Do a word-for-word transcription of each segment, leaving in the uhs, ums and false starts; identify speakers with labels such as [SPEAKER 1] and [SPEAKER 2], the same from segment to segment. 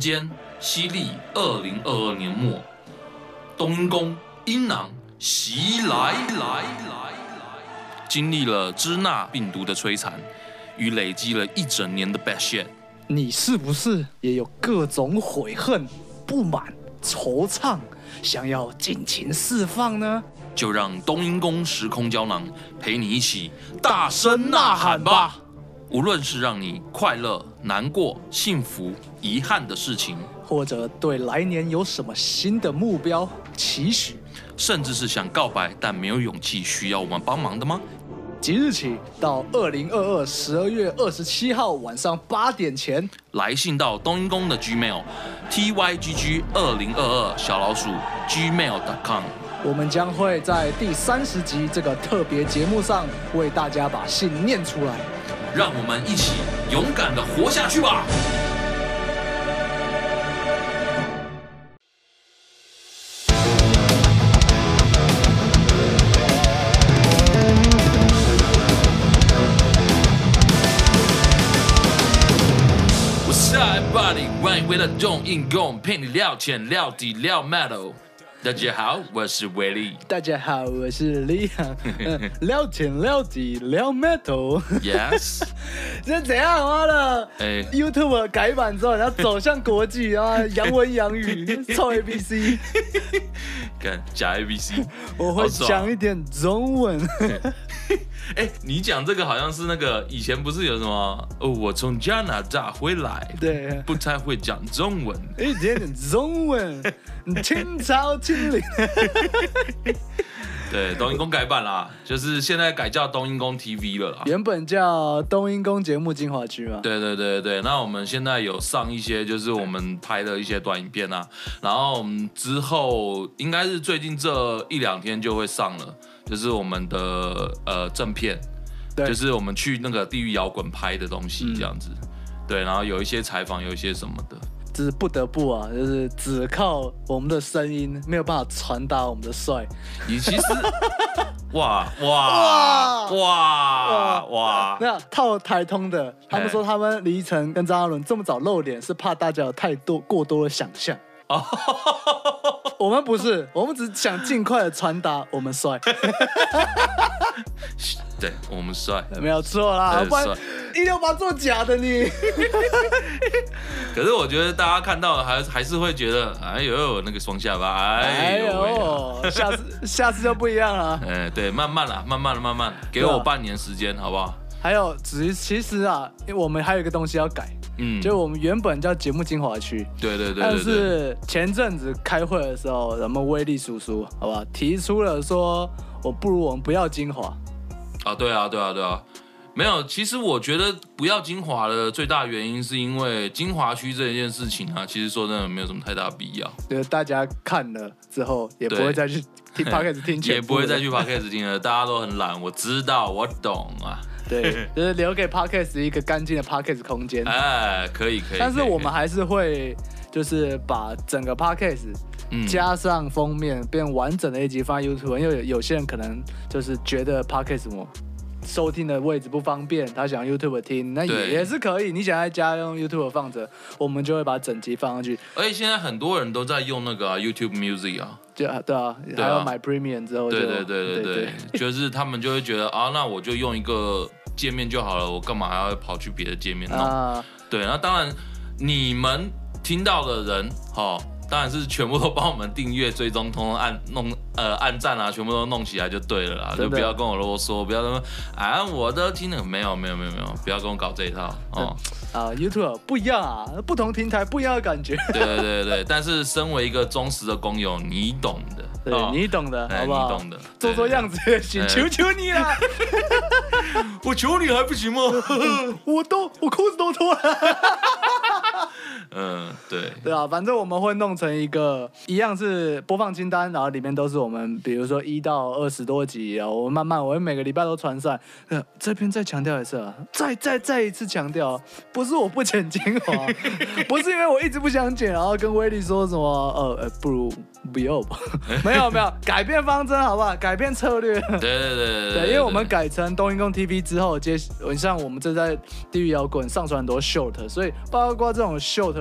[SPEAKER 1] 间西历二零二二年末，冬阴功阴囊袭来来来来，经历了支那病毒的摧残与累积了一整年的 bad shit，
[SPEAKER 2] 你是不是也有各种悔恨、不满、惆怅，想要尽情释放呢？
[SPEAKER 1] 就让冬阴功时空胶囊陪你一起大声呐喊吧！无论是让你快乐、难过、幸福、遗憾的事情，
[SPEAKER 2] 或者对来年有什么新的目标期许，
[SPEAKER 1] 甚至是想告白但没有勇气，需要我们帮忙的吗？
[SPEAKER 2] 即日起到二零二二十二月二十七号晚上八点前，
[SPEAKER 1] 来信到冬阴功的 Gmail T Y G G 二零二二小老鼠 gmail dot com。
[SPEAKER 2] 我们将会在第三十集这个特别节目上为大家把信念出来，
[SPEAKER 1] 让我们一起勇敢的活下去吧！What's up, everybody？ 欢迎回到冬阴功，陪你聊天、聊地、聊 metal。大家好，我是威力。
[SPEAKER 2] 大家好，我是李昂。嗯、聊天聊地聊 metal。Yes 。这怎样？妈的！哎 ，YouTube 改版之后，然后走向国际，然后洋文洋语，臭 A B C。
[SPEAKER 1] 干假 A B C。
[SPEAKER 2] 我会讲一点中文。
[SPEAKER 1] 哎、欸，你讲这个好像是那个以前不是有什么哦，我从加拿大回来，
[SPEAKER 2] 对，
[SPEAKER 1] 不太会讲中文，
[SPEAKER 2] 一点点中文，清朝清零。
[SPEAKER 1] 对，冬阴功改版啦，就是现在改叫冬阴功 T V 了啦。
[SPEAKER 2] 原本叫冬阴功节目精华区嘛。
[SPEAKER 1] 对对对对，那我们现在有上一些，就是我们拍的一些短影片啊，然后我们之后应该是最近这一两天就会上了。就是我们的呃正片，就是我们去那个地狱摇滚拍的东西这样子，嗯、对，然后有一些采访，有一些什么的，
[SPEAKER 2] 就是不得不啊，就是只靠我们的声音没有办法传达我们的帅。
[SPEAKER 1] 你其实，哇哇哇哇，
[SPEAKER 2] 那套台通的，他们说他们李依晨跟张阿伦这么早露脸，是怕大家有太多过多的想象。我们不是，我们只想尽快的传达我们帅。
[SPEAKER 1] 对，我们帅，
[SPEAKER 2] 没有错啦，不然一六八做假的你。
[SPEAKER 1] 可是我觉得大家看到还还是会觉得，哎呦那个双下巴，哎呦，
[SPEAKER 2] 哎下次下次就不一样了。
[SPEAKER 1] 哎，对，慢慢啦，慢慢了，慢慢，给我半年时间，好不好？
[SPEAKER 2] 还有，只其实啊，因为我们还有一个东西要改。嗯，就我们原本叫节目精华区，
[SPEAKER 1] 对对 对, 对，
[SPEAKER 2] 但是前阵子开会的时候，我们威力叔叔，好吧，提出了说，我不如我们不要精华。
[SPEAKER 1] 啊，对啊，对啊，对啊，没有，其实我觉得不要精华的最大原因是因为精华区这一件事情啊，其实说真的没有什么太大必要。
[SPEAKER 2] 就是大家看了之后也不会再去听 podcast 听全部，
[SPEAKER 1] 也不会再去 podcast 听了，大家都很懒，我知道，我懂啊。
[SPEAKER 2] 对，就是留给 podcast 一个干净的 podcast 空间。
[SPEAKER 1] 哎，可以可以。
[SPEAKER 2] 但是我们还是会，就是把整个 podcast 加上封面，变完整的一集放在 YouTube，因为有些人可能就是觉得 podcast 什么收听的位置不方便，他想 YouTube 听，那也也是可以。你想在家用 YouTube 放着，我们就会把整集放上去。
[SPEAKER 1] 而且现在很多人都在用那个、啊、YouTube Music 啊。
[SPEAKER 2] 就对啊，还要买 Premium 之后就，
[SPEAKER 1] 对对对对 对, 对，就是他们就会觉得啊，那我就用一个界面就好了，我干嘛还要跑去别的界面弄？啊、对，那当然你们听到的人，哈、哦，当然是全部都帮我们订阅、追踪、通通按弄呃按赞啊，全部都弄起来就对了啦，就不要跟我啰嗦，不要说啊，我都听了，没有没有没有没有，不要跟我搞这一套哦。
[SPEAKER 2] 啊 ，YouTube 不一样啊，不同平台不一样的感觉。
[SPEAKER 1] 对对对对，但是身为一个忠实的工友，你懂的，
[SPEAKER 2] 对、哦、你懂的，好不好？
[SPEAKER 1] 你懂的，
[SPEAKER 2] 做做样子也行，求求你啦！
[SPEAKER 1] 我求你还不行吗？
[SPEAKER 2] 我都我裤子都脱了。
[SPEAKER 1] 嗯，对，
[SPEAKER 2] 对啊，反正我们会弄成一个一样是播放清单，然后里面都是我们，比如说一到二十多集，然后我们慢慢，我会每个礼拜都传上。呃，这边再强调一次啊，再再再一次强调，不是我不剪精华，不是因为我一直不想剪，然后跟威力说什么，呃，不如不要吧，没有没有，改变方针好不好？改变策略。
[SPEAKER 1] 对对对 对,
[SPEAKER 2] 对，因为我们改成冬阴功 T V 之后，接像我们这在地狱摇滚上传很多 short， 所以包括这种 short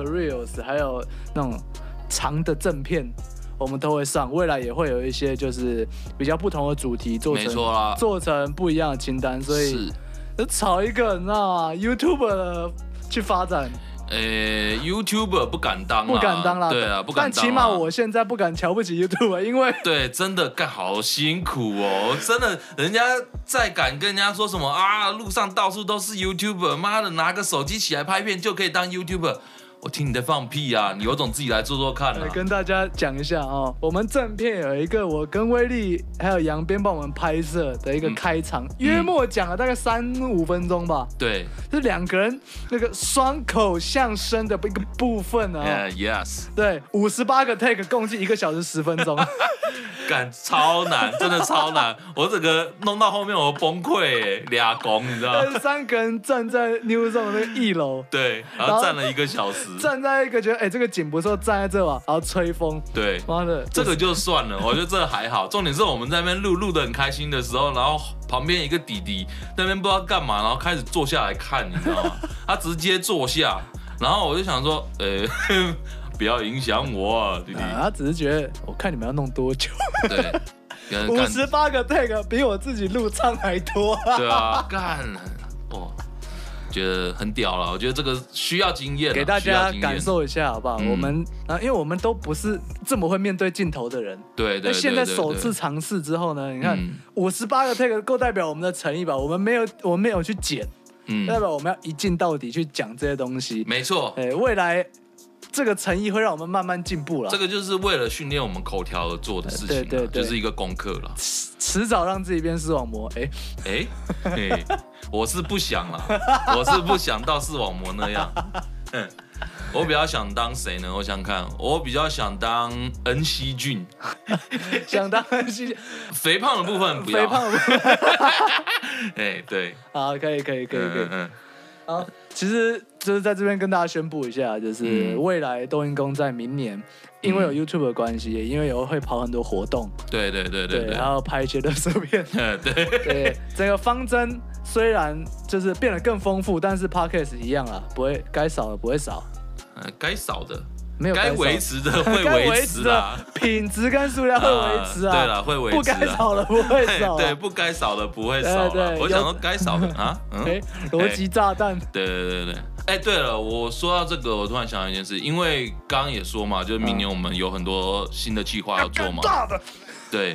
[SPEAKER 2] Reels， 还有那种长的正片，我们都会上。未来也会有一些就是比较不同的主题做成，
[SPEAKER 1] 没错啦，
[SPEAKER 2] 做成不一样的清单，所以就炒一个你知道吗 ？YouTuber 的去发展。
[SPEAKER 1] 呃、欸、，YouTuber 不敢当啦，
[SPEAKER 2] 不敢当啦，
[SPEAKER 1] 对啊，不敢当。
[SPEAKER 2] 但起码我现在不敢瞧不起 YouTuber， 因为
[SPEAKER 1] 对，真的干好辛苦哦，真的，人家再敢跟人家说什么啊，路上到处都是 YouTuber， 妈的，拿个手机起来拍片就可以当 YouTuber。我听你在放屁啊！你有种自己来做做看啊！
[SPEAKER 2] 跟大家讲一下哦，我们正片有一个我跟威力还有杨边帮我们拍摄的一个开场，嗯、约莫讲了大概三五分钟吧。
[SPEAKER 1] 对，
[SPEAKER 2] 是两个人那个双口相声的一个部分啊。
[SPEAKER 1] Yeah, yes。
[SPEAKER 2] 对，五十八个 take， 共计一个小时十分钟。
[SPEAKER 1] 干超难，真的超难！我整个弄到后面我崩溃哎，俩拱你知道吗？
[SPEAKER 2] 三个人站在 New Zone 的那个一楼，
[SPEAKER 1] 对，然后站了一个小时。
[SPEAKER 2] 站在一个觉得哎、欸、这个景不错，站在这吧，然后吹风。
[SPEAKER 1] 对，
[SPEAKER 2] 妈的，
[SPEAKER 1] 这个就算了，我觉得这还好。重点是我们在那边录录得很开心的时候，然后旁边一个弟弟那边不知道干嘛，然后开始坐下来看，你知道吗？他直接坐下，然后我就想说，呃、欸，不要影响我啊，弟弟。
[SPEAKER 2] 啊、他只是觉得，我看你们要弄多久？
[SPEAKER 1] 对，
[SPEAKER 2] 五十八个 take 比我自己录唱还多、啊。
[SPEAKER 1] 对啊，干哦。觉得很屌了，我觉得这个需要经验，
[SPEAKER 2] 给大家感受一下好不好？嗯、我们啊，因为我们都不是这么会面对镜头的人，
[SPEAKER 1] 对对对。
[SPEAKER 2] 现在首次尝试之后呢，你看五十八个 take 够代表我们的诚意吧？我们没有，我们没有去剪，嗯，代表我们要一镜到底去讲这些东西。
[SPEAKER 1] 没错，
[SPEAKER 2] 哎，未来这个诚意会让我们慢慢进步了。
[SPEAKER 1] 这个就是为了训练我们口条而做的事情，对对对，就是一个功课了。
[SPEAKER 2] 迟早让自己变视网膜，哎
[SPEAKER 1] 哎哎。我是不想啦，我是不想到视网膜那样。嗯，我比较想当谁呢？我想看，我比较想当恩熙俊，
[SPEAKER 2] 想当恩熙俊，
[SPEAKER 1] 肥胖的部分不要。
[SPEAKER 2] 肥胖的部分，
[SPEAKER 1] 哎，对，
[SPEAKER 2] 好，可以，可以，可以，可以。嗯，好，其实就是在这边跟大家宣布一下，就是未来冬阴功在明年。因为有 YouTube 的关系，因为有会跑很多活动，
[SPEAKER 1] 对对对 对, 对，
[SPEAKER 2] 然后拍一些垃圾片，
[SPEAKER 1] 对
[SPEAKER 2] 对，整个方针虽然就是变得更丰富，但是 Podcast 一样啦，不会该少的不会少，
[SPEAKER 1] 呃，该少的
[SPEAKER 2] 没有，
[SPEAKER 1] 该维持的会维持啊，
[SPEAKER 2] 品质跟数量会维持啊，
[SPEAKER 1] 对了，会维持，
[SPEAKER 2] 不该少的不会少，
[SPEAKER 1] 对，不该少的不会少，对，我想说该少的啊，
[SPEAKER 2] 哎，逻辑炸弹，
[SPEAKER 1] 对对对对。哎，对了，我说到这个，我突然想到一件事，因为刚刚也说嘛，就是明年我们有很多新的计划要做嘛。
[SPEAKER 2] 大的，
[SPEAKER 1] 对。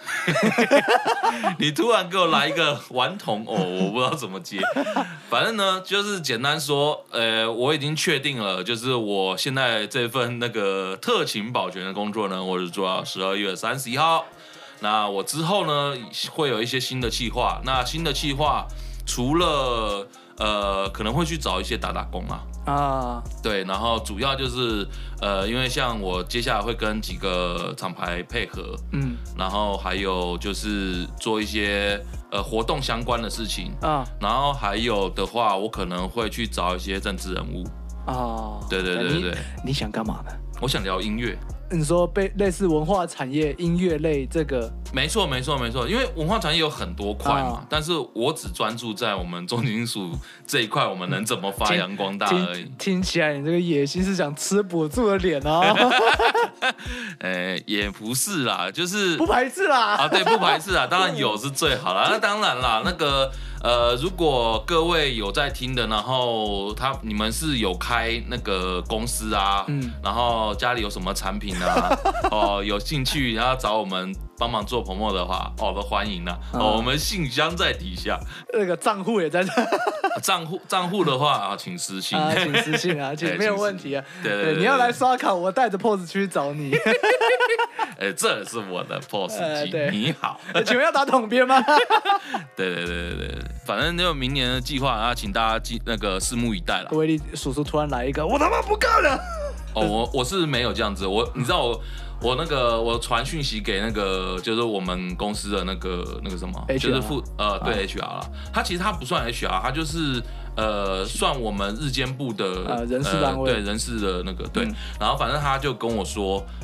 [SPEAKER 1] 你突然给我来一个顽童哦，我不知道怎么接。反正呢，就是简单说，呃，我已经确定了，就是我现在这份那个特勤保全的工作呢，我是做到十二月三十一号。那我之后呢，会有一些新的计划。那新的计划除了呃，可能会去找一些打打工啊，啊，对，然后主要就是呃，因为像我接下来会跟几个厂牌配合，嗯，然后还有就是做一些呃活动相关的事情啊，然后还有的话，我可能会去找一些政治人物啊，对对对对对，
[SPEAKER 2] 你想干嘛呢？
[SPEAKER 1] 我想聊音乐。
[SPEAKER 2] 你说被类似文化产业、音乐类这个，
[SPEAKER 1] 没错没错没错，因为文化产业有很多块嘛，啊、但是我只专注在我们重金属这一块，我们能怎么发扬光大而已。
[SPEAKER 2] 听, 听起来你这个野心是想吃补助的脸啊？
[SPEAKER 1] 呃，也不是啦，就是
[SPEAKER 2] 不排斥啦。
[SPEAKER 1] 啊，对，不排斥啦，当然有是最好啦。那当然啦，那个。呃，如果各位有在听的，然后他你们是有开那个公司啊，嗯，然后家里有什么产品啊，哦，有兴趣然后找我们帮忙做 promo 的话，哦，都欢迎啦、啊。哦，我们信箱在底下，
[SPEAKER 2] 那个账户也在这。
[SPEAKER 1] 账户账户的话啊，请私信
[SPEAKER 2] 啊，请私信啊，请没有问题啊。
[SPEAKER 1] 对 对, 对, 对，
[SPEAKER 2] 你要来刷卡，我带着 P O S 去找你。
[SPEAKER 1] 哎、欸，这是我的 P O S 机、呃，你好。
[SPEAKER 2] 请问要打统编吗？
[SPEAKER 1] 对对对对对，反正就明年的计划啊，请大家记那个拭目以待了。
[SPEAKER 2] 威力叔叔突然来一个，我他妈不干了。
[SPEAKER 1] 哦，我我是没有这样子，我你知道我我那个我传讯息给那个就是我们公司的那个那个什么，
[SPEAKER 2] H R?
[SPEAKER 1] 就是副呃对、啊、H R 啦，他其实他不算 H R， 他就是呃算我们日间部的、
[SPEAKER 2] 呃、人事单位、
[SPEAKER 1] 呃、对人事的那个对、嗯，然后反正他就跟我说。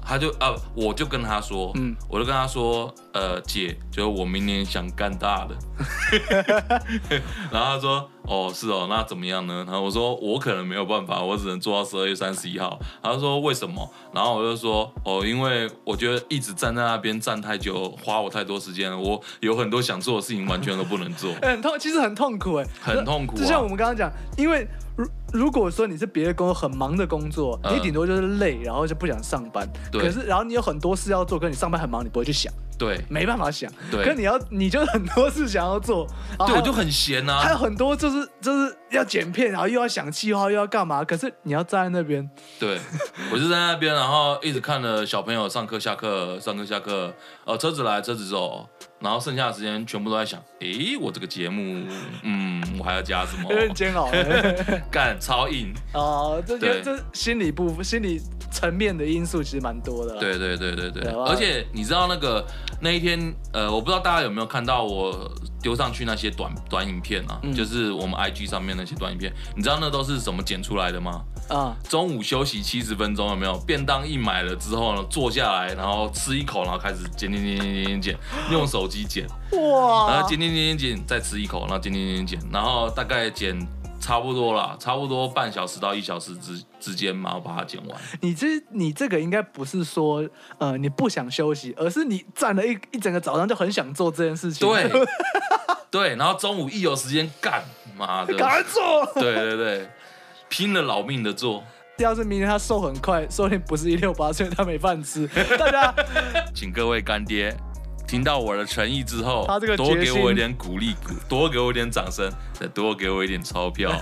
[SPEAKER 1] 他就啊，我就跟他说，嗯，我就跟他说，呃，姐，就是我明年想干大的。然后他说，哦，是哦，那怎么样呢？然后我说，我可能没有办法，我只能做到十二月三十一号。他说为什么？然后我就说，哦，因为我觉得一直站在那边站太久，花我太多时间了，我有很多想做的事情完全都不能做。
[SPEAKER 2] 欸、很痛，其实很痛苦哎、
[SPEAKER 1] 欸，很痛苦、啊。
[SPEAKER 2] 就像我们刚刚讲，因为如如果说你是别的工作很忙的工作，嗯、你顶多就是累，然后就不想上班。可是然后你有很多事要做，可是你上班很忙，你不会去想。
[SPEAKER 1] 对，
[SPEAKER 2] 没办法想。
[SPEAKER 1] 对，
[SPEAKER 2] 可你要，你就很多事想要做。
[SPEAKER 1] 对，我就很闲啊。
[SPEAKER 2] 还有很多就是就是要剪片，然后又要想计划，又要干嘛？可是你要站在那边。
[SPEAKER 1] 对，我就在那边，然后一直看着小朋友上课下课，上课下课，呃，车子来车子走，然后剩下的时间全部都在想，诶，我这个节目，嗯，我还要加什么？
[SPEAKER 2] 有点煎熬。
[SPEAKER 1] 干，超硬。
[SPEAKER 2] 哦，这这这心理部分，心理层面的因素其实蛮多的啦。
[SPEAKER 1] 对对对对对，对而且你知道那个那一天，呃，我不知道大家有没有看到我丢上去那些短短影片啊，嗯、就是我们 I G 上面那些短影片，你知道那都是怎么剪出来的吗？啊，中午休息七十分钟有没有？便当一买了之后呢，坐下来，然后吃一口，然后开始剪剪剪剪剪剪，用手机剪，哇，然后剪剪剪剪剪，再吃一口，然后剪剪剪剪，然后大概剪。差不多啦，差不多半小时到一小时之之间嘛，我把它剪完。
[SPEAKER 2] 你这你这个应该不是说呃你不想休息，而是你站了一一整个早上就很想做这件事情。
[SPEAKER 1] 对，对，然后中午一有时间干，妈的，
[SPEAKER 2] 赶快做。
[SPEAKER 1] 对对对，拼了老命的做。
[SPEAKER 2] 要是明天他瘦很快，说不定不是一六八，所以他没饭吃。大家，
[SPEAKER 1] 请各位干爹。听到我的诚意之后，
[SPEAKER 2] 他这个
[SPEAKER 1] 多给我一点鼓励，多给我一点掌声，再多给我一点钞票。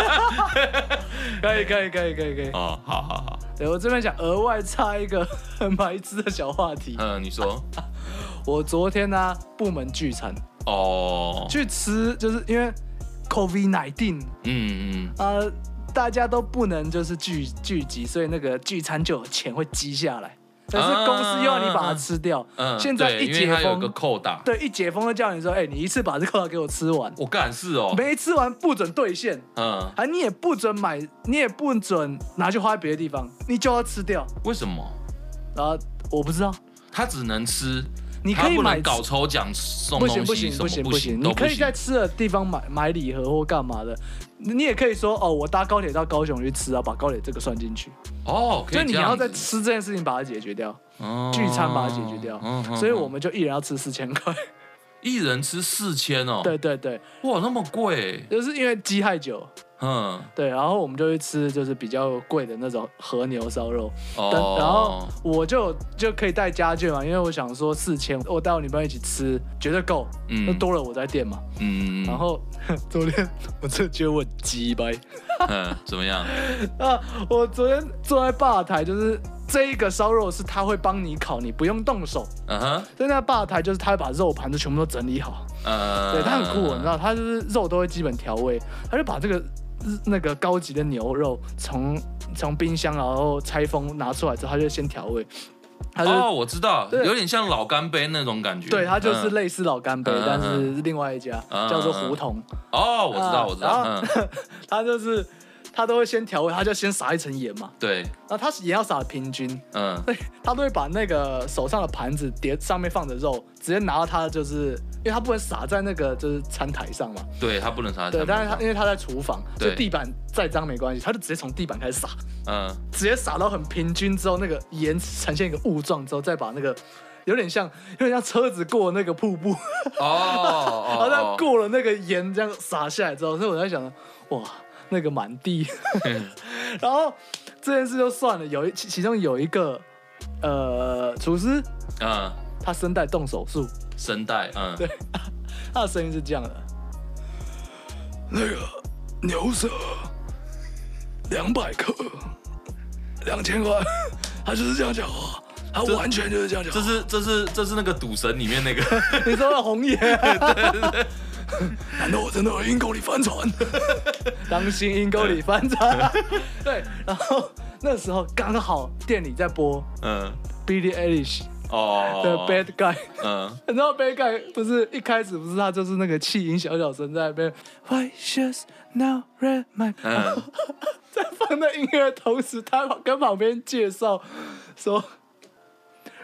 [SPEAKER 2] 可以可以可以可以可以。
[SPEAKER 1] 哦，好好好。
[SPEAKER 2] 对，我这边想额外插一个很白痴的小话题。
[SPEAKER 1] 嗯，你说。
[SPEAKER 2] 我昨天呢、啊，部门聚餐。
[SPEAKER 1] 哦。
[SPEAKER 2] 去吃，就是因为 COVID 十九。嗯嗯。呃，大家都不能就是聚聚集，所以那个聚餐就有钱会积下来。可是公司又要你把它吃掉，嗯、现在一解封，
[SPEAKER 1] 有个扣打，
[SPEAKER 2] 对，一解封就叫你说，哎、欸，你一次把这扣打给我吃完。
[SPEAKER 1] 我干是哦，
[SPEAKER 2] 没吃完不准兑现，嗯，还你也不准买，你也不准拿去花在别的地方，你就要吃掉。
[SPEAKER 1] 为什么？
[SPEAKER 2] 然后我不知道，
[SPEAKER 1] 他只能吃。
[SPEAKER 2] 你可以买
[SPEAKER 1] 搞抽奖送东西，
[SPEAKER 2] 不行不行不行不行，你可以在吃的地方买买礼盒或干嘛的，你也可以说哦，我搭高铁到高雄去吃啊，把高铁这个算进去。
[SPEAKER 1] 哦，可以这样子。
[SPEAKER 2] 就你要在吃这件事情把它解决掉，哦、聚餐把它解决掉，哦、所以我们就一人要吃四千块。
[SPEAKER 1] 一人吃四千哦？
[SPEAKER 2] 对对对，
[SPEAKER 1] 哇，那么贵，
[SPEAKER 2] 就是因为鸡太久。嗯，对，然后我们就去吃就是比较贵的那种和牛烧肉，哦、然后我就就可以带家眷嘛，因为我想说四千，我带我女朋友一起吃绝对够，嗯，那多了我在店嘛，嗯，然后昨天我真的觉得我很鸡掰，
[SPEAKER 1] 嗯，怎么样？
[SPEAKER 2] 啊，我昨天坐在吧台，就是这一个烧肉是他会帮你烤，你不用动手，嗯哼，在那吧台就是他会把肉盘子全部都整理好，嗯，对他很酷，你知道，他就是肉都会基本调味，他就把这个。那个高级的牛肉从从冰箱然后拆封拿出来之后，他就先调味。
[SPEAKER 1] 哦，我知道，有点像老干杯那种感觉。
[SPEAKER 2] 对，它就是类似老干杯，嗯、但是另外一家、嗯、叫做胡同。
[SPEAKER 1] 哦，我知道，我知道。
[SPEAKER 2] 然后他就是他都会先调味，他就先撒一层盐嘛。
[SPEAKER 1] 对。
[SPEAKER 2] 然后他盐要撒平均。嗯。对，他都会把那个手上的盘子碟上面放着肉，直接拿到他就是。因为他不能撒在那个就是餐台上嘛，
[SPEAKER 1] 对他不能撒在餐台上。
[SPEAKER 2] 对，但是他因为他在厨房，所以地板再脏没关系，他就直接从地板开始撒，嗯，直接撒到很平均之后，那个盐呈现一个雾状之后，再把那个有点像有点像车子过那个瀑布，哦，然后再过了那个盐这样撒下来之后，所以我在想，哇，那个满地，然后这件事就算了，有一其中有一个呃厨师，嗯，他声带动手术。
[SPEAKER 1] 声带，嗯，
[SPEAKER 2] 对，他的声音是这样的，那个牛舌两百克，两千块，他就是这样讲话，他完全就是这样讲。
[SPEAKER 1] 这是这是这是那个赌神里面那个，
[SPEAKER 2] 你说的红爷，对
[SPEAKER 1] 对对。
[SPEAKER 2] 难道我真的有阴沟里翻船？当心阴沟里翻船。对，然后那时候刚好店里在播，嗯 ，Billie Eilish。哦，的 Bad Guy， 嗯，你知道 Bad Guy 不是一开始不是他就是那个气音小小声在那边 ，White shoes now red my， 嗯，在放那音乐的同时，他跟旁边介绍说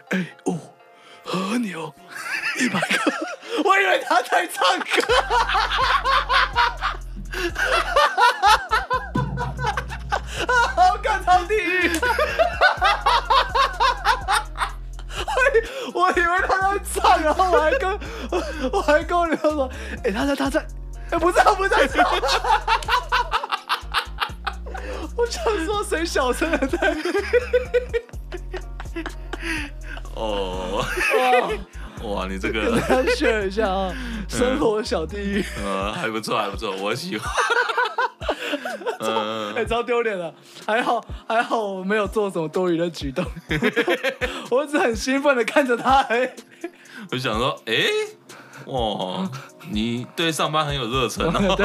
[SPEAKER 2] 哎哦，和牛一百个，我以为他在唱歌。好干超地狱！我以为他在唱，然后我还跟我还跟我女朋友说：“哎、欸，他在他在，哎、欸，不是他不在唱。”我想说谁小声的在？
[SPEAKER 1] 哦，哇哇，你这个
[SPEAKER 2] 跟大家 share 一下啊，生活小地狱。
[SPEAKER 1] 呃，还不错还不错，我喜欢。
[SPEAKER 2] 哎、欸，超丢脸的，还好还好我没有做什么多余的举动，我只很兴奋的看着他而已。
[SPEAKER 1] 我想说，哎、欸，哇，你对上班很有热忱哦。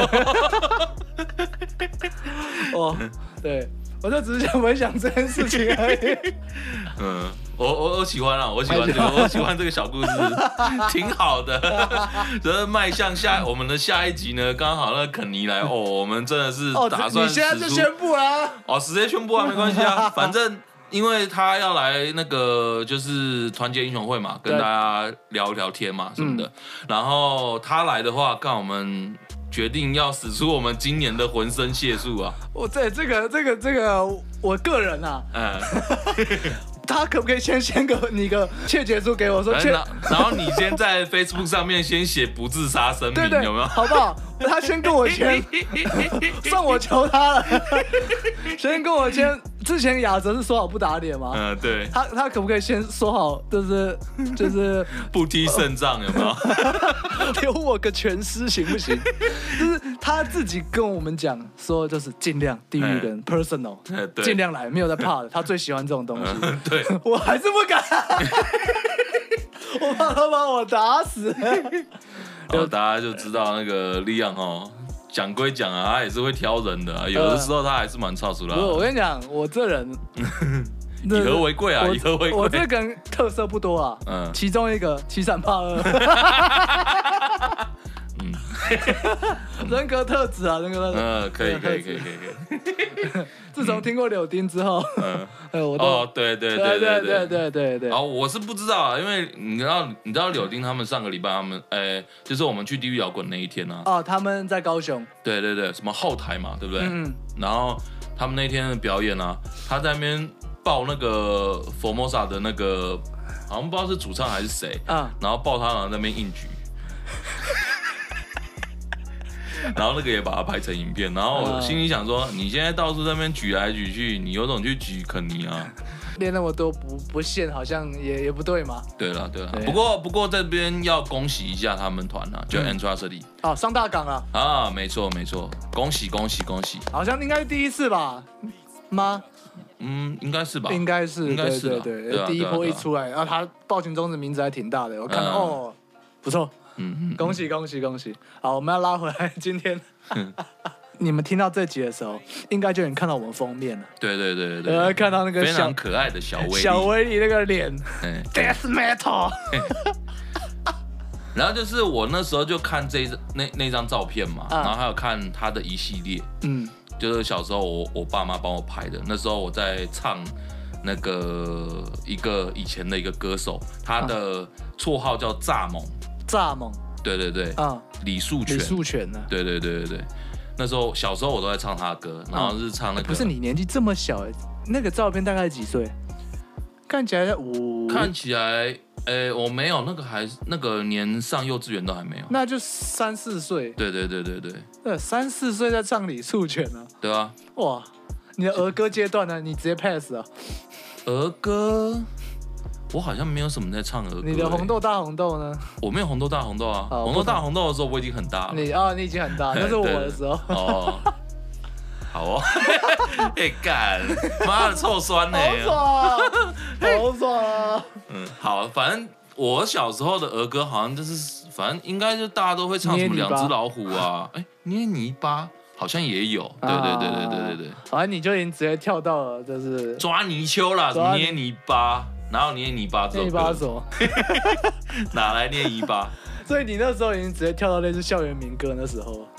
[SPEAKER 2] 哦，对，我就只是想分享这件事情而已。
[SPEAKER 1] 嗯，我我我喜欢啊，我喜欢这个，我喜欢这个小故事，挺好的。这迈向下我们的下一集呢，刚好那肯尼来哦，我们真的是打算、哦、
[SPEAKER 2] 你现在就宣布啊？
[SPEAKER 1] 哦，直接宣布啊，没关系啊，反正因为他要来那个就是团结英雄会嘛，跟大家聊聊天嘛什么的。嗯、然后他来的话，干我们。决定要使出我们今年的浑身解数啊！
[SPEAKER 2] 我这这个这个这个，我个人啊，嗯，他可不可以先先给你个切结书给我说，
[SPEAKER 1] 然后然后你先在 Facebook 上面先写不自杀声明，
[SPEAKER 2] 对对，
[SPEAKER 1] 有没有？
[SPEAKER 2] 好不好？他先跟我签，算我求他了，先跟我签。之前亚哲是说好不打脸吗？
[SPEAKER 1] 嗯，对。
[SPEAKER 2] 他他可不可以先说好，就是就是
[SPEAKER 1] 不踢胜仗，有没有？
[SPEAKER 2] 留我个全尸行不行？就是他自己跟我们讲说，就是尽量地狱人 personal， 尽量来，没有在怕的。他最喜欢这种东西。
[SPEAKER 1] 嗯、对，
[SPEAKER 2] 我还是不敢，我怕他把我打死。
[SPEAKER 1] 然后大家就知道那个利昂哦。讲归讲啊，他也是会挑人的、啊，有的时候他还是蛮操俗的、啊。
[SPEAKER 2] 不，我跟你讲，我这人
[SPEAKER 1] 以和为贵啊，以和为贵。
[SPEAKER 2] 我这个人特色不多啊，嗯，其中一个欺善怕恶。嗯，人格特质啊，人格特质。
[SPEAKER 1] 嗯，可以，可以，可以，可以，可以。
[SPEAKER 2] 自从听过柳丁之后，嗯，哎，我都
[SPEAKER 1] 哦，对对对
[SPEAKER 2] 对对对对对。
[SPEAKER 1] 哦，我是不知道啊，因为你知道，你知道柳丁他们上个礼拜他们，哎，就是我们去地狱摇滚那一天啊。
[SPEAKER 2] 哦，他们在高雄。
[SPEAKER 1] 对对对，什么后台嘛，对不对？嗯。然后他们那天的表演啊，他在那边报那个 Formosa 的那个，好像不知道是主唱还是谁啊，然后报他，然后在那边硬举。然后那个也把它拍成影片，然后我心里想说，你现在到处在那边举来举去，你有种去举肯尼啊，
[SPEAKER 2] 练那么多不不限，好像也也不对嘛。
[SPEAKER 1] 对了对了，不过不过这边要恭喜一下他们团啊，就 Antracity
[SPEAKER 2] 哦，上大港了
[SPEAKER 1] 啊，没错没错，恭喜恭喜恭喜，
[SPEAKER 2] 好像应该是第一次吧？吗？
[SPEAKER 1] 嗯，应该是吧？
[SPEAKER 2] 应该是，
[SPEAKER 1] 应该是，
[SPEAKER 2] 对对对，第一波一出来，然后他暴群中的名字还挺大的，我看到哦，不错。嗯，恭喜恭喜恭喜！好，我们要拉回来今天。你们听到这集的时候，应该就已经看到我们封面了。
[SPEAKER 1] 对对对对
[SPEAKER 2] 对，看到那个
[SPEAKER 1] 非常可爱的小威力，
[SPEAKER 2] 小威力那个脸 ，Death Metal。
[SPEAKER 1] 然后就是我那时候就看这那那张照片嘛，然后还有看他的一系列，嗯，就是小时候我我爸妈帮我拍的，那时候我在唱那个一个以前的一个歌手，他的绰号叫蚱蜢。
[SPEAKER 2] 蚱蜢，
[SPEAKER 1] 对对对，啊，李树全，
[SPEAKER 2] 李树全呢？
[SPEAKER 1] 对对对对对，那时候小时候我都在唱他的歌，然后是唱那个。
[SPEAKER 2] 不是你年纪这么小，那个照片大概几岁？看起来五，
[SPEAKER 1] 看起来，诶，我没有那个还那个连上幼稚园都还没有，
[SPEAKER 2] 那就三四岁。
[SPEAKER 1] 对对对对对，
[SPEAKER 2] 对，三四岁在唱李树全啊。
[SPEAKER 1] 对啊。
[SPEAKER 2] 哇，你的儿歌阶段呢？你直接 pass 啊？
[SPEAKER 1] 儿歌。我好像没有什么在唱儿歌。
[SPEAKER 2] 你的红豆大红豆呢？
[SPEAKER 1] 我没有红豆大红豆啊，红豆大红豆的时候我已经很大了。
[SPEAKER 2] 你啊，你已经很大，那是我的时候。哦，
[SPEAKER 1] 好哦。哎干，妈的臭酸呢！
[SPEAKER 2] 好爽，好爽啊！
[SPEAKER 1] 嗯，好，反正我小时候的儿歌好像就是，反正应该就大家都会唱什么两只老虎啊，哎，捏泥巴。好像也有，对对对对对对对。
[SPEAKER 2] 好像你就已经直接跳到了，就是
[SPEAKER 1] 抓泥鳅啦，什么捏泥巴，哪有捏泥巴这首歌？
[SPEAKER 2] 捏泥巴什么？
[SPEAKER 1] 哪来捏泥巴？
[SPEAKER 2] 所以你那时候已经直接跳到类似校园民歌那时候。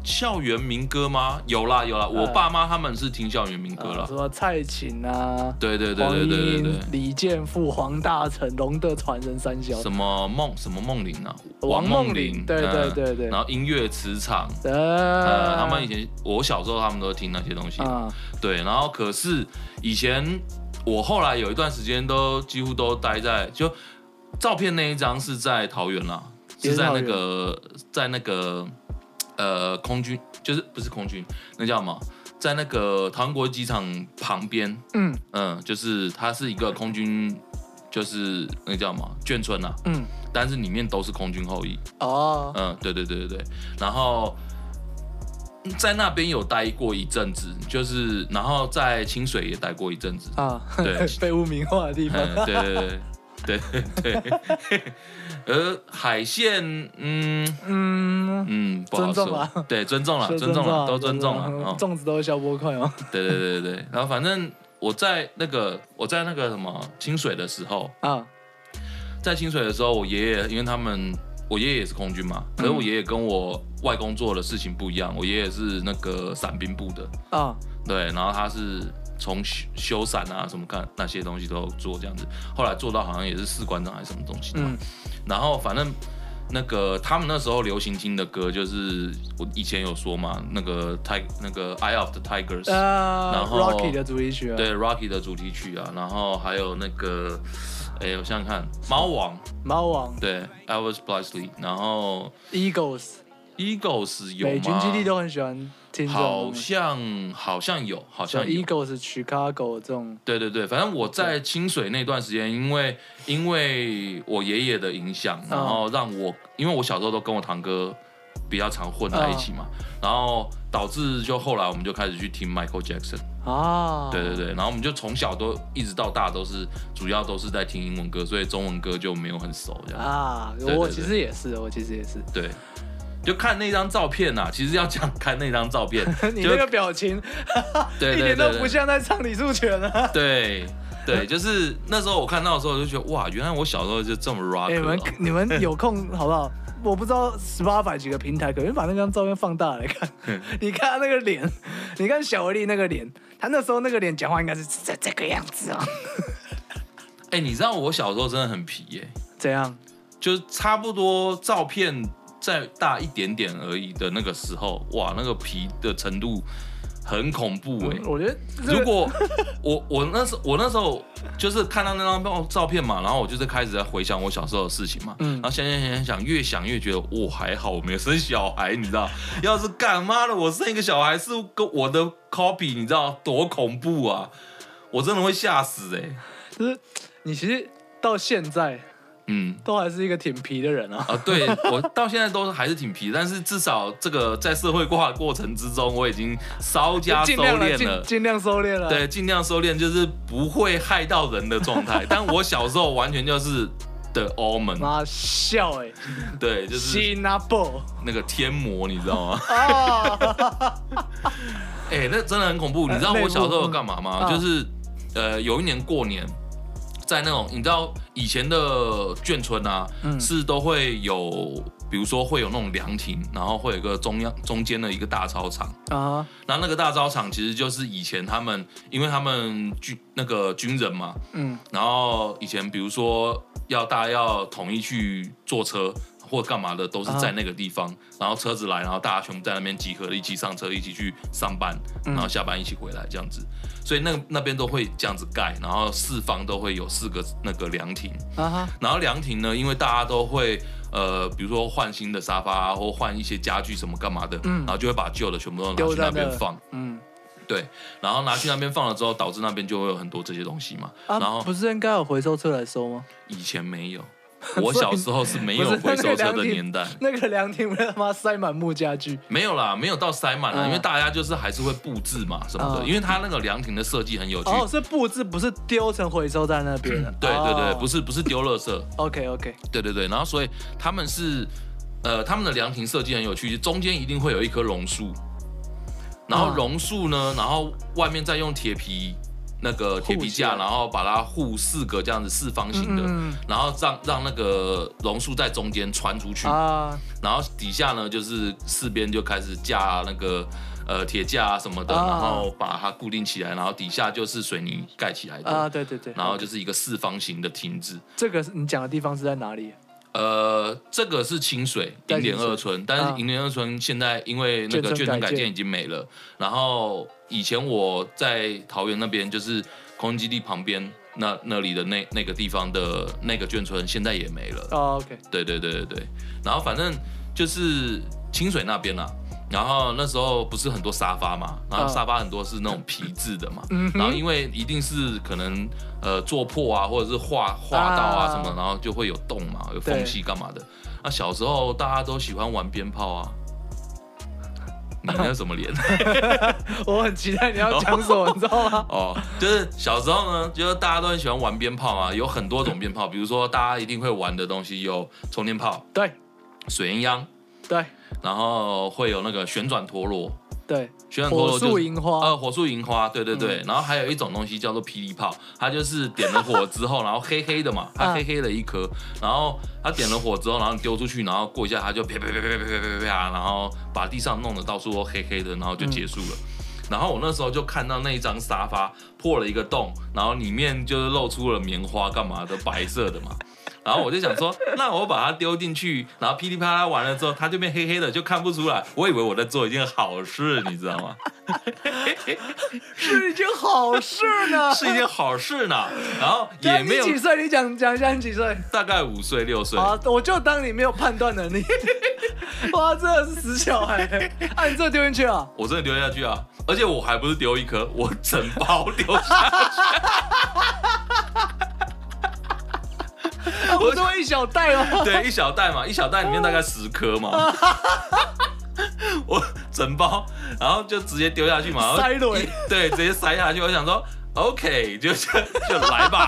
[SPEAKER 1] 校园民歌吗？有啦有啦，我爸妈他们是听校园民歌啦，
[SPEAKER 2] 什么蔡琴啊，
[SPEAKER 1] 对对对对对对对，
[SPEAKER 2] 李健富、黄大成、龙的传人三小，
[SPEAKER 1] 什么梦什么梦玲啊，
[SPEAKER 2] 王梦玲，对对对对，
[SPEAKER 1] 然后音乐磁场，
[SPEAKER 2] 呃，
[SPEAKER 1] 呃，他们以前我小时候他们都听那些东西，对，然后可是以前我后来有一段时间都几乎都待在就照片那一张是在桃园啦，是在那个在那个。呃，空军就是不是空军，那叫什么？在那个桃园国际机场旁边，嗯嗯，就是它是一个空军，就是那个叫什么眷村啊，嗯，但是里面都是空军后裔。哦，嗯，对对对对对，然后在那边有待过一阵子，就是然后在清水也待过一阵子啊，对，
[SPEAKER 2] 被污名化的地方，
[SPEAKER 1] 嗯、对对对。对对对，而海线，嗯嗯嗯，不好说，
[SPEAKER 2] 尊重啊，
[SPEAKER 1] 对，尊重了，尊重了，都尊重了，
[SPEAKER 2] 粽子都是消波块哦。
[SPEAKER 1] 对对对对，然后反正我在那个我在那个什么清水的时候啊，在清水的时候，我爷爷因为他们，我爷爷也是空军嘛，可是我爷爷跟我外公做的事情不一样，我爷爷是那个伞兵部的啊，对，然后他是。从修修伞啊什么看那些东西都有做这样子，后来做到好像也是士官长还是什么东西的嘛。嗯、然后反正那个他们那时候流行听的歌就是我以前有说嘛，那个 Tig 那个 Eye of the Tigers，、uh, 然后
[SPEAKER 2] Rocky 的主题曲啊，
[SPEAKER 1] 对 Rocky 的主题曲啊，然后还有那个哎我想想看，猫王，
[SPEAKER 2] 猫王，
[SPEAKER 1] 对 Elvis Presley， 然后
[SPEAKER 2] Eagles。
[SPEAKER 1] Eagles 有吗？
[SPEAKER 2] 美军基地都很喜欢听这种。
[SPEAKER 1] 好像好像有，好像有。
[SPEAKER 2] Eagles、Chicago 这种。
[SPEAKER 1] 对对对，反正我在清水那段时间，因为因为我爷爷的影响，然后让我，因为我小时候都跟我堂哥比较常混在一起嘛，然后导致就后来我们就开始去听 Michael Jackson。啊。对对对，然后我们就从小都一直到大都是主要都是在听英文歌，所以中文歌就没有很熟这样。啊，
[SPEAKER 2] 对对对我其实也是，我其实也是。
[SPEAKER 1] 对。就看那张照片呐、啊，其实要讲看那张照片，
[SPEAKER 2] 你那个表情，对对对对一点都不像在唱李树全啊。
[SPEAKER 1] 对对，就是那时候我看到的时候，我就觉得哇，原来我小时候就这么 rock、
[SPEAKER 2] 欸。你们你们有空好不好？我不知道十八百几个平台，可能把那张照片放大来看。你看他那个脸，你看小维力那个脸，他那时候那个脸讲话应该是这这个样子哦。
[SPEAKER 1] 哎、欸，你知道我小时候真的很皮耶、欸。
[SPEAKER 2] 怎样？
[SPEAKER 1] 就是差不多照片。再大一点点而已的那个时候，哇，那个皮的程度很恐怖哎、欸
[SPEAKER 2] 嗯！我觉得，
[SPEAKER 1] 如果我我那时我那时候就是看到那张照片嘛，然后我就是开始在回想我小时候的事情嘛，嗯，然后想想想想，越想越觉得，哇，还好我没有生小孩，你知道？要是干妈的我生一个小孩是跟我的 copy， 你知道多恐怖啊！我真的会吓死哎、欸！
[SPEAKER 2] 就是你其实到现在。嗯，都还是一个挺皮的人啊！
[SPEAKER 1] 啊，对我到现在都还是挺皮，但是至少这个在社会化的过程之中，我已经稍加收敛了，
[SPEAKER 2] 尽量收敛了。
[SPEAKER 1] 对，尽量收敛，就是不会害到人的状态。但我小时候完全就是的 omen，
[SPEAKER 2] 妈笑哎、欸，
[SPEAKER 1] 对，就是那个天魔，你知道吗？啊！哎、欸，那真的很恐怖。你知道我小时候有干嘛吗？嗯、就是呃，有一年过年。在那种你知道以前的眷村啊，嗯、是都会有，比如说会有那种凉亭，然后会有一个中央中间的一个大操场啊。然后那个大操场其实就是以前他们，因为他们军那个军人嘛，嗯，然后以前比如说要大家要统一去坐车或干嘛的，都是在那个地方。啊、然后车子来，然后大家全部在那边集合，一起上车，一起去上班，然后下班一起回来这样子。所以那那边都会这样子盖，然后四方都会有四个那个凉亭， uh-huh. 然后凉亭呢，因为大家都会呃，比如说换新的沙发啊，或换一些家具什么干嘛的，嗯、然后就会把旧的全部都拿去那边放，嗯，对，然后拿去那边放了之后，导致那边就会有很多这些东西嘛，啊、然后
[SPEAKER 2] 不是应该有回收车来收吗？
[SPEAKER 1] 以前没有。我小时候是没有回收车的年代，
[SPEAKER 2] 那个凉亭被他妈塞满木家具，
[SPEAKER 1] 没有啦，没有到塞满啦，嗯、因为大家就是还是会布置嘛什么的，嗯、因为它那个凉亭的设计很有趣。
[SPEAKER 2] 哦，是布置，不是丢成回收在那边的。
[SPEAKER 1] 对对对，不是不是丢垃圾。
[SPEAKER 2] OK OK。
[SPEAKER 1] 对对对，然后所以他们是呃他们的凉亭设计很有趣，中间一定会有一棵榕树，然后榕树呢，然后外面再用铁皮。 那个铁皮架，然后把它护四个这样子四方形的，嗯、然后让让那个榕树在中间穿出去，啊、然后底下呢就是四边就开始架那个呃铁架啊什么的，啊、然后把它固定起来，然后底下就是水泥盖起来的
[SPEAKER 2] 啊，对对对，
[SPEAKER 1] 然后就是一个四方形的亭子。
[SPEAKER 2] 这个你讲的地方是在哪里？
[SPEAKER 1] 呃，这个是清水银莲二村，但是银莲二村现在因为那个眷村改建已经没了。然后以前我在桃园那边，就是空军基地旁边那那里的那那个地方的那个眷村，现在也没了。
[SPEAKER 2] 哦 ，OK，
[SPEAKER 1] 对对对对对。然后反正就是清水那边啦。然后那时候不是很多沙发嘛，然后沙发很多是那种皮质的嘛，嗯、然后因为一定是可能呃做破啊，或者是划划到啊什么，啊、然后就会有洞嘛，有缝隙干嘛的。那小时候大家都喜欢玩鞭炮啊，你那什么脸？
[SPEAKER 2] 我很期待你要讲什么，你知道吗？
[SPEAKER 1] 哦，就是小时候呢，就是大家都很喜欢玩鞭炮啊，有很多种鞭炮，比如说大家一定会玩的东西有充电炮，
[SPEAKER 2] 对，
[SPEAKER 1] 水鸳鸯，
[SPEAKER 2] 对。
[SPEAKER 1] 然后会有那个旋转陀螺，
[SPEAKER 2] 对，
[SPEAKER 1] 旋转陀螺、就是、
[SPEAKER 2] 火树银花，
[SPEAKER 1] 呃，火树银花，对对对。嗯、然后还有一种东西叫做霹雳炮，它就是点了火之后，然后黑黑的嘛，它黑黑的一颗，然后它点了火之后，然后你丢出去，然后过一下它就啪啪啪啪啪啪啪啪，然后把地上弄得到处都黑黑的，然后就结束了。嗯、然后我那时候就看到那一张沙发破了一个洞，然后里面就是露出了棉花干嘛的，白色的嘛。然后我就想说，那我把它丢进去，然后噼里啪啦完了之后，它就变黑黑的，就看不出来。我以为我在做一件好事，你知道吗？
[SPEAKER 2] 是一件好事呢，
[SPEAKER 1] 是一件好事呢。然后也没有
[SPEAKER 2] 你几岁？你讲讲一下你几岁？
[SPEAKER 1] 大概五岁六岁。
[SPEAKER 2] 啊，我就当你没有判断能力。哇，真的是死小孩！啊，你真的丢进去啊？
[SPEAKER 1] 我真的丢下去啊！而且我还不是丢一颗，我整包丢下去。
[SPEAKER 2] 啊、不是会一小袋吗？
[SPEAKER 1] 对，一小袋嘛，一小袋里面大概十颗嘛。我整包，然后就直接丢下去嘛，
[SPEAKER 2] 塞了，
[SPEAKER 1] 对，直接塞下去。我想说 ，OK， 就就就来吧。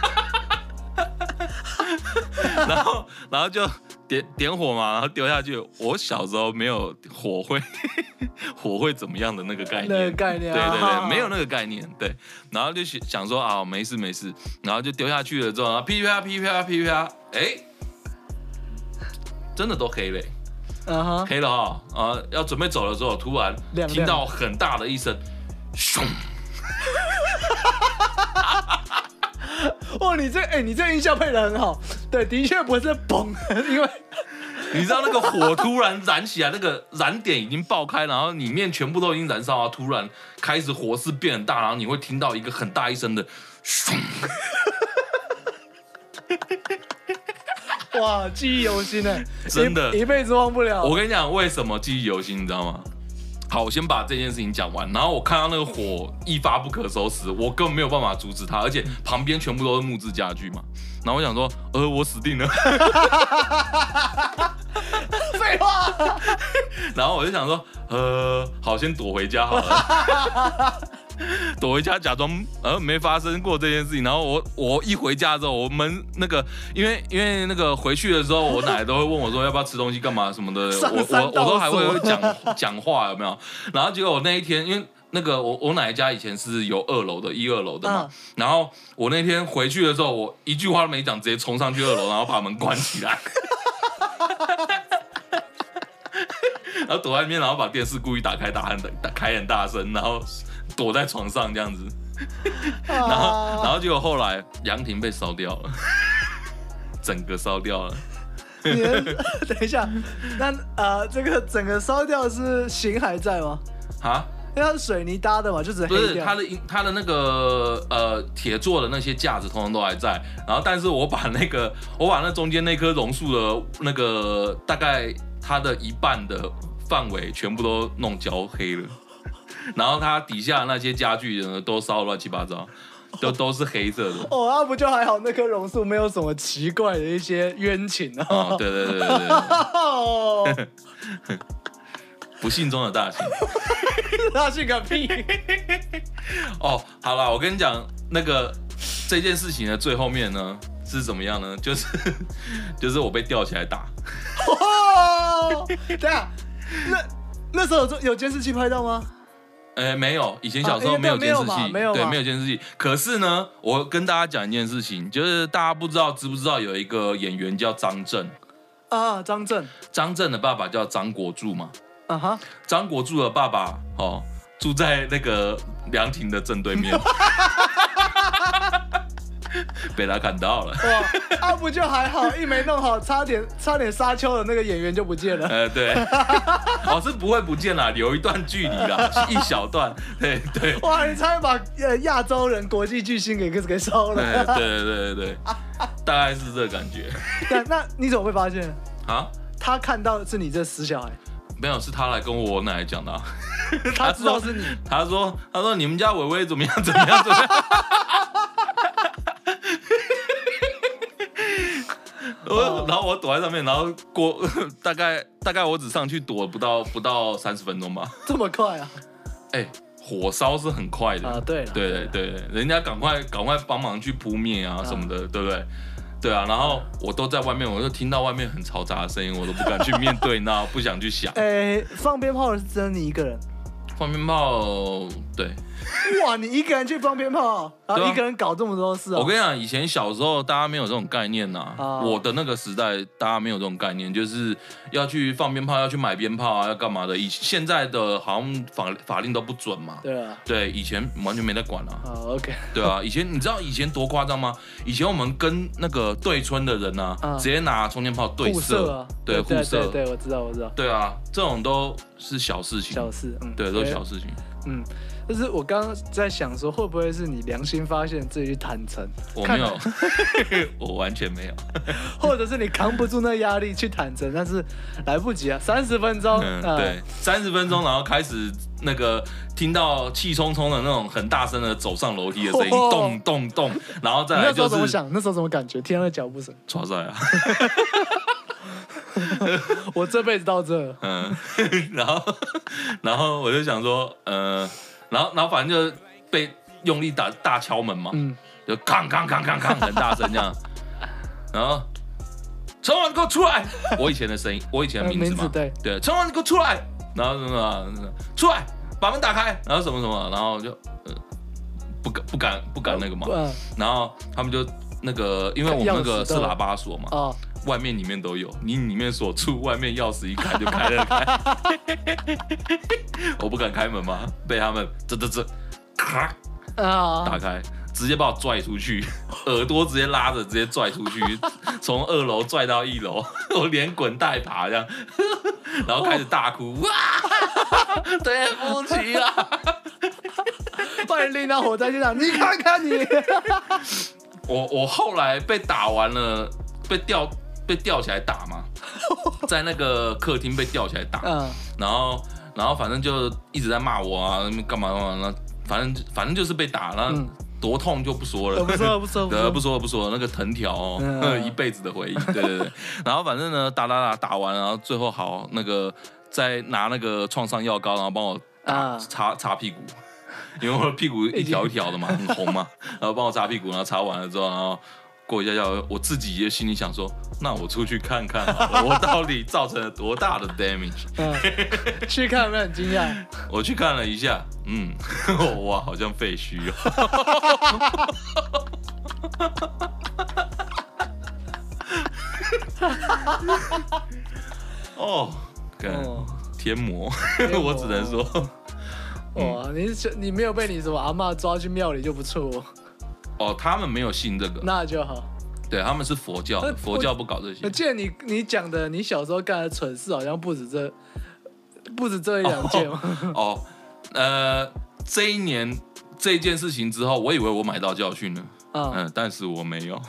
[SPEAKER 1] 然后，然后就点点火嘛，然后丢下去。我小时候没有火会火会怎么样的那个概念，
[SPEAKER 2] 那个概念、
[SPEAKER 1] 啊，对对对，没有那个概念，对。然后就想说啊，没事没事，然后就丢下去了之后，然后噼啪噼啪噼啪，哎，真的都黑了、欸。Uh huh. 黑了哈、哦，啊，要准备走的时候，突然听到很大的一声，咻！
[SPEAKER 2] 哇，你这哎、欸，你这音效配得很好，对，的确不是嘣，因为
[SPEAKER 1] 你知道那个火突然燃起来，那个燃点已经爆开，然后里面全部都已经燃烧啊，突然开始火势变很大，然后你会听到一个很大一声的咻。
[SPEAKER 2] 哇，记忆犹新呢，
[SPEAKER 1] 真的，
[SPEAKER 2] 一辈子忘不了。
[SPEAKER 1] 我跟你讲，为什么记忆犹新，你知道吗？好，我先把这件事情讲完，然后我看到那个火一发不可收拾，我根本没有办法阻止它，而且旁边全部都是木质家具嘛。然后我想说，呃，我死定了。
[SPEAKER 2] 废话。
[SPEAKER 1] 然后我就想说，呃，好，先躲回家好了。躲回家假装呃没发生过这件事情，然后我我一回家之后，我们那个因为因为那个回去的时候，我奶奶都会问我说要不要吃东西干嘛什么的，我我我都还会讲讲话有没有？然后结果我那一天因为那个我我奶奶家以前是有二楼的一二楼的嘛，嗯、然后我那天回去的时候，我一句话都没讲，直接冲上去二楼，然后把门关起来。然后躲在里面，然后把电视故意打开，打很打开很大声，然后躲在床上这样子，然后然后结果后来凉亭被烧掉了，整个烧掉了。
[SPEAKER 2] 等一下，那呃，这个整个烧掉是型还在吗？
[SPEAKER 1] 啊？
[SPEAKER 2] 因为它是水泥搭的嘛，就只黑掉。
[SPEAKER 1] 不是它的它的那个呃铁做的那些架子，通通都还在。然后，但是我把那个我把那中间那棵榕树的那个大概它的一半的范围全部都弄焦黑了，然后它底下那些家具呢都烧乱七八糟，都都是黑色的。
[SPEAKER 2] 哦，那、啊、不就还好？那棵榕树没有什么奇怪的一些冤情啊。
[SPEAKER 1] 哦，对对对对对。不幸中的大幸。
[SPEAKER 2] 大幸个屁！
[SPEAKER 1] 哦，好啦，我跟你讲，那个这件事情的最后面呢是怎么样呢？就是就是我被吊起来打。
[SPEAKER 2] 哦，等一下，那那时候有有监视器拍到吗？
[SPEAKER 1] 哎，没有，以前小时候没有监视器，
[SPEAKER 2] 啊、没有
[SPEAKER 1] 对，没有监视器。可是呢，我跟大家讲一件事情，就是大家不知道知不知道有一个演员叫张震
[SPEAKER 2] 啊，张震，
[SPEAKER 1] 张震的爸爸叫张国柱嘛，
[SPEAKER 2] 啊哈，
[SPEAKER 1] 张国柱的爸爸哦住在那个凉亭的正对面。被他看到了，
[SPEAKER 2] 哇，啊不就还好，一没弄好，差点差点沙丘的那个演员就不见了。
[SPEAKER 1] 呃，对，哦是不会不见啦，留一段距离啦，一小段，对对。
[SPEAKER 2] 哇，你差点把呃亚洲人国际巨星给给烧了。
[SPEAKER 1] 对对对对对，大概是这个感觉。
[SPEAKER 2] 那那你怎么会发现
[SPEAKER 1] 啊？
[SPEAKER 2] 他看到是你这死小孩？
[SPEAKER 1] 没有，是他来跟我奶奶讲的、啊。
[SPEAKER 2] 他知道是你。
[SPEAKER 1] 他说他说你们家伟伟怎么样怎么样怎么样。我然后我躲在上面，然后过大概大概我只上去躲不到不到三十分钟吧。
[SPEAKER 2] 这么快啊？
[SPEAKER 1] 哎、欸，火烧是很快的
[SPEAKER 2] 啊，对
[SPEAKER 1] 对对对，人家赶快赶快帮忙去扑灭啊什么的，啊、对不对？对啊，然后我都在外面，我就听到外面很嘈杂的声音，我都不敢去面对，那不想去想。
[SPEAKER 2] 哎、欸，放鞭炮的是只有你一个人？
[SPEAKER 1] 放鞭炮，对。
[SPEAKER 2] 哇，你一个人去放鞭炮，然后一个人搞这么多事、喔、
[SPEAKER 1] 我跟你讲，以前小时候大家没有这种概念呐、啊啊。我的那个时代，大家没有这种概念，就是要去放鞭炮，要去买鞭炮啊，要干嘛的。以现在的好像法法令都不准嘛。
[SPEAKER 2] 对啊。
[SPEAKER 1] 对，以前完全没在管啊。
[SPEAKER 2] 哦 ，OK。
[SPEAKER 1] 对啊，以前你知道以前多夸张吗？以前我们跟那个对村的人啊，啊直接拿充电炮对射
[SPEAKER 2] 啊，
[SPEAKER 1] 对互射。
[SPEAKER 2] 对，我知道，我知道。
[SPEAKER 1] 对啊，这种都是小事情。
[SPEAKER 2] 小事，嗯，
[SPEAKER 1] 对，都是小事情。
[SPEAKER 2] 嗯，就是我刚刚在想说，会不会是你良心发现自己去坦诚？
[SPEAKER 1] 我没有，我完全没有。
[SPEAKER 2] 或者是你扛不住那压力去坦诚，但是来不及啊，三十分钟。
[SPEAKER 1] 嗯，呃、对，三十分钟，然后开始那个听到气冲冲的那种很大声的走上楼梯的声音，哦、动动动，然后再来就是。
[SPEAKER 2] 那时候怎么想？那时候怎么感觉？听到那脚步声，
[SPEAKER 1] 抓在啊！
[SPEAKER 2] 我这辈子到这，
[SPEAKER 1] 嗯，然后，然后我就想说，呃，然后，然后反正就被用力打大敲门嘛，嗯，就康康康康康很大声这样，然后，陈王你给我出来！我以前的声音，我以前的名字嘛，
[SPEAKER 2] 呃、对
[SPEAKER 1] 对，陈王你给我出来！然后什么出来，把门打开，然后什么什么，然后就呃不敢不敢不敢那个嘛，呃、然后他们就那个，因为我们那个是喇叭锁嘛。哦外面里面都有，你里面锁住，外面钥匙一开就开了开。我不敢开门嘛，被他们这这这咔打开，直接把我拽出去，耳朵直接拉着直接拽出去，从二楼拽到一楼，我连滚带爬这样，然后开始大哭，哇，对不起啊，
[SPEAKER 2] 把你拎到火灾现场，你看看你。
[SPEAKER 1] 我我后来被打完了，被吊。被吊起来打嘛，在那个客厅被吊起来打，嗯、然后然后反正就一直在骂我啊，干嘛干嘛，反正反正就是被打，然后多痛就不说了，
[SPEAKER 2] 不说了不说了，
[SPEAKER 1] 对，不说了不说了，那个藤条哦，嗯、一辈子的回忆，对对对。然后反正呢，打打打打完，然后最后好那个再拿那个创伤药膏，然后帮我打擦擦屁股，因为我的屁股一条一条的嘛，很红嘛，然后帮我擦屁股，然后擦完了之后，然后。过一下下，我自己也心里想说，那我出去看看好了，我到底造成了多大的 damage？
[SPEAKER 2] 嗯、去看有没有很惊讶？
[SPEAKER 1] 我去看了一下，嗯，哇，好像废墟哦。哦，干天魔，我只能说，
[SPEAKER 2] 哇，你你没有被你什么阿嬷抓去庙里就不错。
[SPEAKER 1] 哦，他们没有信这个，
[SPEAKER 2] 那就好。
[SPEAKER 1] 对，他们是佛教的，佛教不搞这些。
[SPEAKER 2] 我记得你你讲的，你小时候干的蠢事好像不止这，不止这一两件嘛。
[SPEAKER 1] 哦，哦，呃，这一年这件事情之后，我以为我买到教训了，嗯，嗯，但是我没有。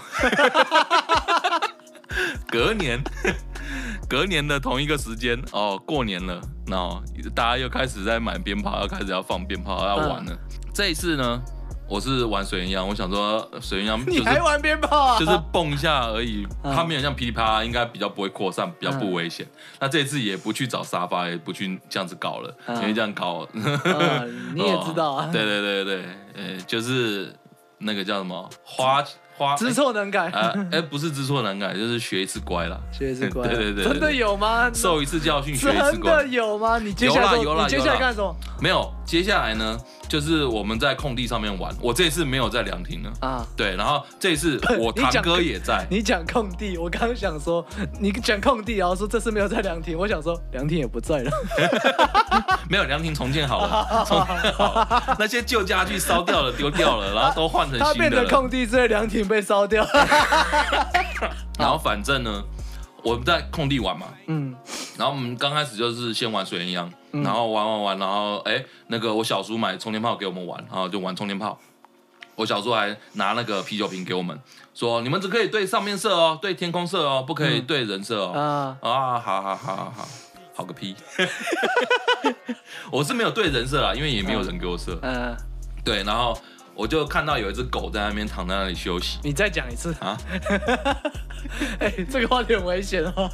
[SPEAKER 1] 隔年，隔年的同一个时间，哦，过年了，然后大家又开始在买鞭炮，要开始要放鞭炮，要玩了。嗯、这一次呢？我是玩水鸳鸯，我想说水鸳鸯、就是，
[SPEAKER 2] 你还玩鞭炮啊？
[SPEAKER 1] 就是蹦一下而已，嗯、它没有像噼里啪啦，应该比较不会扩散，比较不危险。嗯、那这一次也不去找沙发，也不去这样子搞了，嗯、因为这样搞，
[SPEAKER 2] 嗯、你也知道啊。
[SPEAKER 1] 哦、对对对对，呃，就是那个叫什么花花，
[SPEAKER 2] 知错能改
[SPEAKER 1] 啊，哎、欸，不是知错能改，就是学一次乖啦，
[SPEAKER 2] 学一次乖。
[SPEAKER 1] 对对 对, 對，
[SPEAKER 2] 真的有吗？
[SPEAKER 1] 受一次教训，学一次乖。
[SPEAKER 2] 真的有吗？你接下来有啦有啦，你接下来干什么？
[SPEAKER 1] 没有。 接下来呢，就是我们在空地上面玩。我这次没有在凉亭了啊，对，然后这一次我堂哥也在。
[SPEAKER 2] 你讲空地，我刚刚想说你讲空地，然后说这次没有在凉亭，我想说凉亭也不在了。
[SPEAKER 1] 没有，凉亭重建好了，重建好了，那些旧家具烧掉了、丢掉了，然后都换成新的了。
[SPEAKER 2] 它变成空地，所以凉亭被烧掉。
[SPEAKER 1] 然后反正呢，我们在空地玩嘛，嗯，然后我们刚开始就是先玩水鸳鸯，嗯、然后玩玩玩，然后哎，那个我小叔买充电炮给我们玩，然后就玩充电炮。我小叔还拿那个啤酒瓶给我们，说你们只可以对上面射哦，对天空射哦，不可以对人射哦。嗯、啊啊，好好好好好，好个屁！我是没有对人射啦，因为也没有人给我射。嗯，对，然后。我就看到有一只狗在那边躺在那里休息。
[SPEAKER 2] 你再讲一次啊！哎、欸，这个话题很危险哦。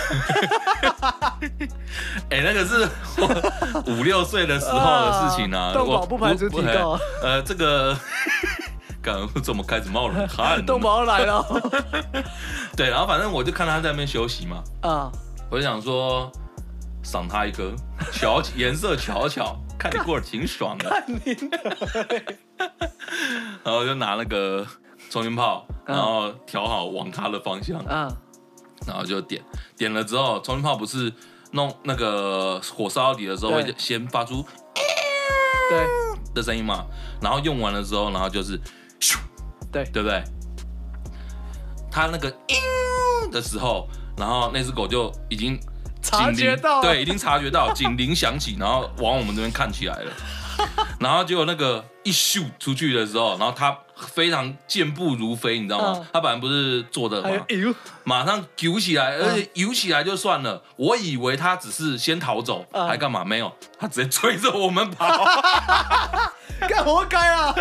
[SPEAKER 1] 哎、欸，那个是我五六岁的时候的事情啊。
[SPEAKER 2] 动保不排除提告。
[SPEAKER 1] 呃，这个，刚怎么开始冒冷汗？
[SPEAKER 2] 动保来了。
[SPEAKER 1] 对，然后反正我就看他在那边休息嘛。啊。我就想说，赏他一颗，巧颜色巧巧。看过儿挺爽的，
[SPEAKER 2] 看你的，
[SPEAKER 1] 然后就拿那个充电炮，然后调好往他的方向，嗯，然后就点，点了之后，充电炮不是弄那个火烧到底的时候会先发出
[SPEAKER 2] 对
[SPEAKER 1] 的声音嘛，然后用完的时候，然后就是咻，
[SPEAKER 2] 对
[SPEAKER 1] 对不对？他那个的时候，然后那只狗就已经。
[SPEAKER 2] 察觉到，
[SPEAKER 1] 对，已经察觉到警铃响起，然后往我们这边看起来了。然后结果那个一咻出去的时候，然后他非常健步如飞，你知道吗？嗯、他本来不是坐的吗？马上游起来，而且游起来就算了。我以为他只是先逃走，嗯、还干嘛？没有，他直接追着我们跑。
[SPEAKER 2] 干活该啊！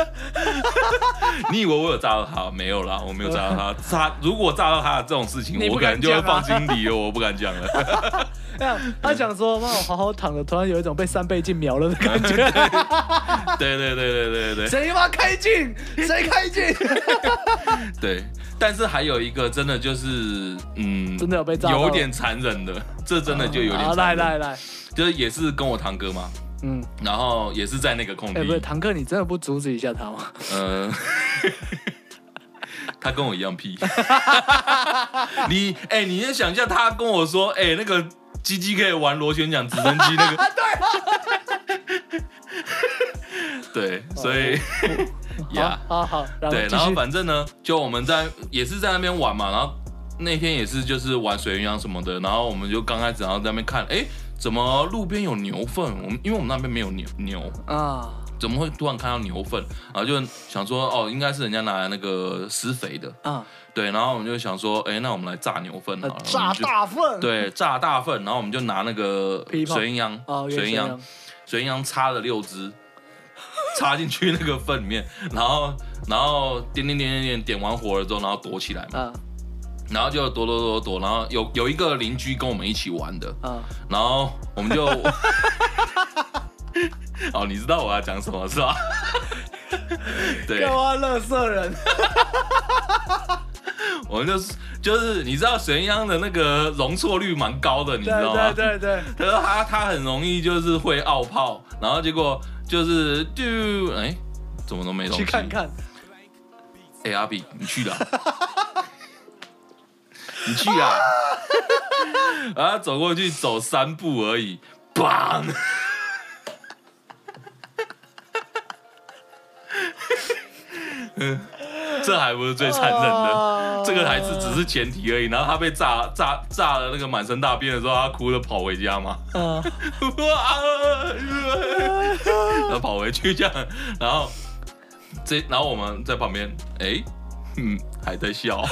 [SPEAKER 1] 你以为我有炸到他？没有啦，我没有炸到他。他如果炸到他的这种事情，我可能就会放心里了，我不敢讲了。
[SPEAKER 2] 他讲说：“妈，我好好躺着，突然有一种被三倍镜秒了的感觉。”
[SPEAKER 1] 对对对对对对。
[SPEAKER 2] 谁妈开镜？谁开镜？
[SPEAKER 1] 对，但是还有一个真的就是，嗯，
[SPEAKER 2] 真的有被炸到，
[SPEAKER 1] 有点残忍的，这真的就有点残忍。
[SPEAKER 2] 来来来，
[SPEAKER 1] 就是也是跟我堂哥嘛。嗯，然后也是在那个空地。
[SPEAKER 2] 哎，不是堂哥，你真的不阻止一下他吗？呃，
[SPEAKER 1] 他跟我一样屁。你哎，你先想一下，他跟我说，哎，那个鸡鸡可以玩螺旋桨直升机那个。对。对，所以
[SPEAKER 2] 呀，好好，
[SPEAKER 1] 对，然后反正呢，就我们在也是在那边玩嘛，然后那天也是就是玩水鸳鸯什么的，然后我们就刚开始然后在那边看，哎。怎么路边有牛粪？我们因为我们那边没有牛牛啊，怎么会突然看到牛粪？然后就想说，哦，应该是人家拿来那个施肥的啊。对，然后我们就想说，哎，那我们来炸牛粪好了，
[SPEAKER 2] 炸大粪。
[SPEAKER 1] 对，炸大粪。然后我们就拿那个水鸳鸯，水鸳鸯，水鸳鸯插了六只，插进去那个粪里面，然后然后点点点点点点完火了之后，然后躲起来嘛。然后就躲躲躲躲，然后有有一个邻居跟我们一起玩的，嗯，然后我们就，哦，你知道我要讲什么是吧？对，
[SPEAKER 2] 干嘛垃圾人？
[SPEAKER 1] 我们就是就是你知道水鸯的那个容错率蛮高的，你知道吗？
[SPEAKER 2] 对对对
[SPEAKER 1] 对。他说他他很容易就是会傲炮，然后结果就是就哎怎么都没东西。
[SPEAKER 2] 去看看。
[SPEAKER 1] 哎，阿比，你去了。你去啊！然后走过去，走三步而已，砰！嗯，这还不是最残忍的，这个还是只是前提而已。然后他被炸炸炸了那个满身大便的时候，他哭着跑回家嘛，然后跑回去这样，然后这然后我们在旁边，哎。嗯，还在笑，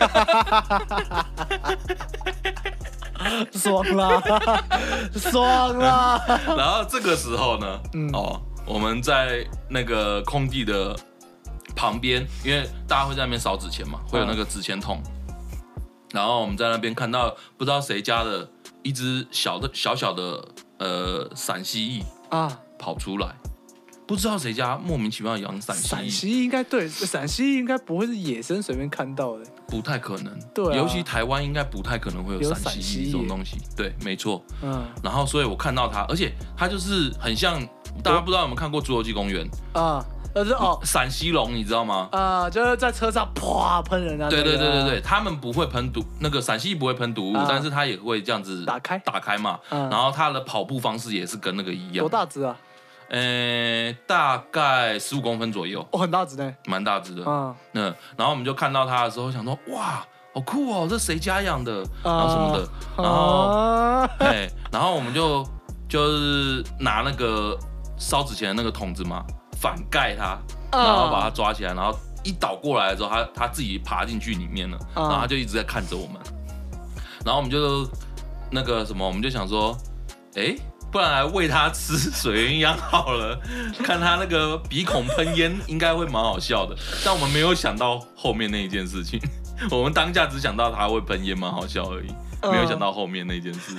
[SPEAKER 2] 爽啦，爽啦！
[SPEAKER 1] 然后这个时候呢，嗯、哦，我们在那个空地的旁边，因为大家会在那边烧纸钱嘛，会有那个纸钱筒，然后我们在那边看到不知道谁家的一只小的小小的呃陕西蜴啊跑出来。不知道谁家莫名其妙养陕西蜴，
[SPEAKER 2] 陕西应该对，陕西应该不会是野生随便看到的，
[SPEAKER 1] 不太可能。
[SPEAKER 2] 对、啊，
[SPEAKER 1] 尤其台湾应该不太可能会有陕西蜴这种东西。对，没错。嗯。然后，所以我看到它，而且它就是很像大家不知道有没有看过《侏罗纪公园》
[SPEAKER 2] 啊？就是哦，
[SPEAKER 1] 陕西龙你知道吗？
[SPEAKER 2] 啊，就是在车上啪喷人啊。
[SPEAKER 1] 对对对对对，他们不会喷毒，那个陕西不会喷毒物，但是他也会这样子
[SPEAKER 2] 打开
[SPEAKER 1] 打开嘛。然后他的跑步方式也是跟那个一样。
[SPEAKER 2] 多大只啊？
[SPEAKER 1] 呃，大概十五公分左右。
[SPEAKER 2] 哦，很大只呢。
[SPEAKER 1] 蛮大只的。嗯嗯，然后我们就看到他的时候，想说哇，好酷哦，这谁家养的？然后什么的，然后哎，然后我们就就是拿那个烧纸钱的那个桶子嘛。反盖它，然后把它抓起来，然后一倒过来之后，它它自己爬进去里面了，然后它就一直在看着我们，然后我们就那个什么，我们就想说，哎，不然来喂它吃水鸳鸯好了，看它那个鼻孔喷烟，应该会蛮好笑的。但我们没有想到后面那一件事情，我们当下只想到它会喷烟蛮好笑而已，没有想到后面那件事。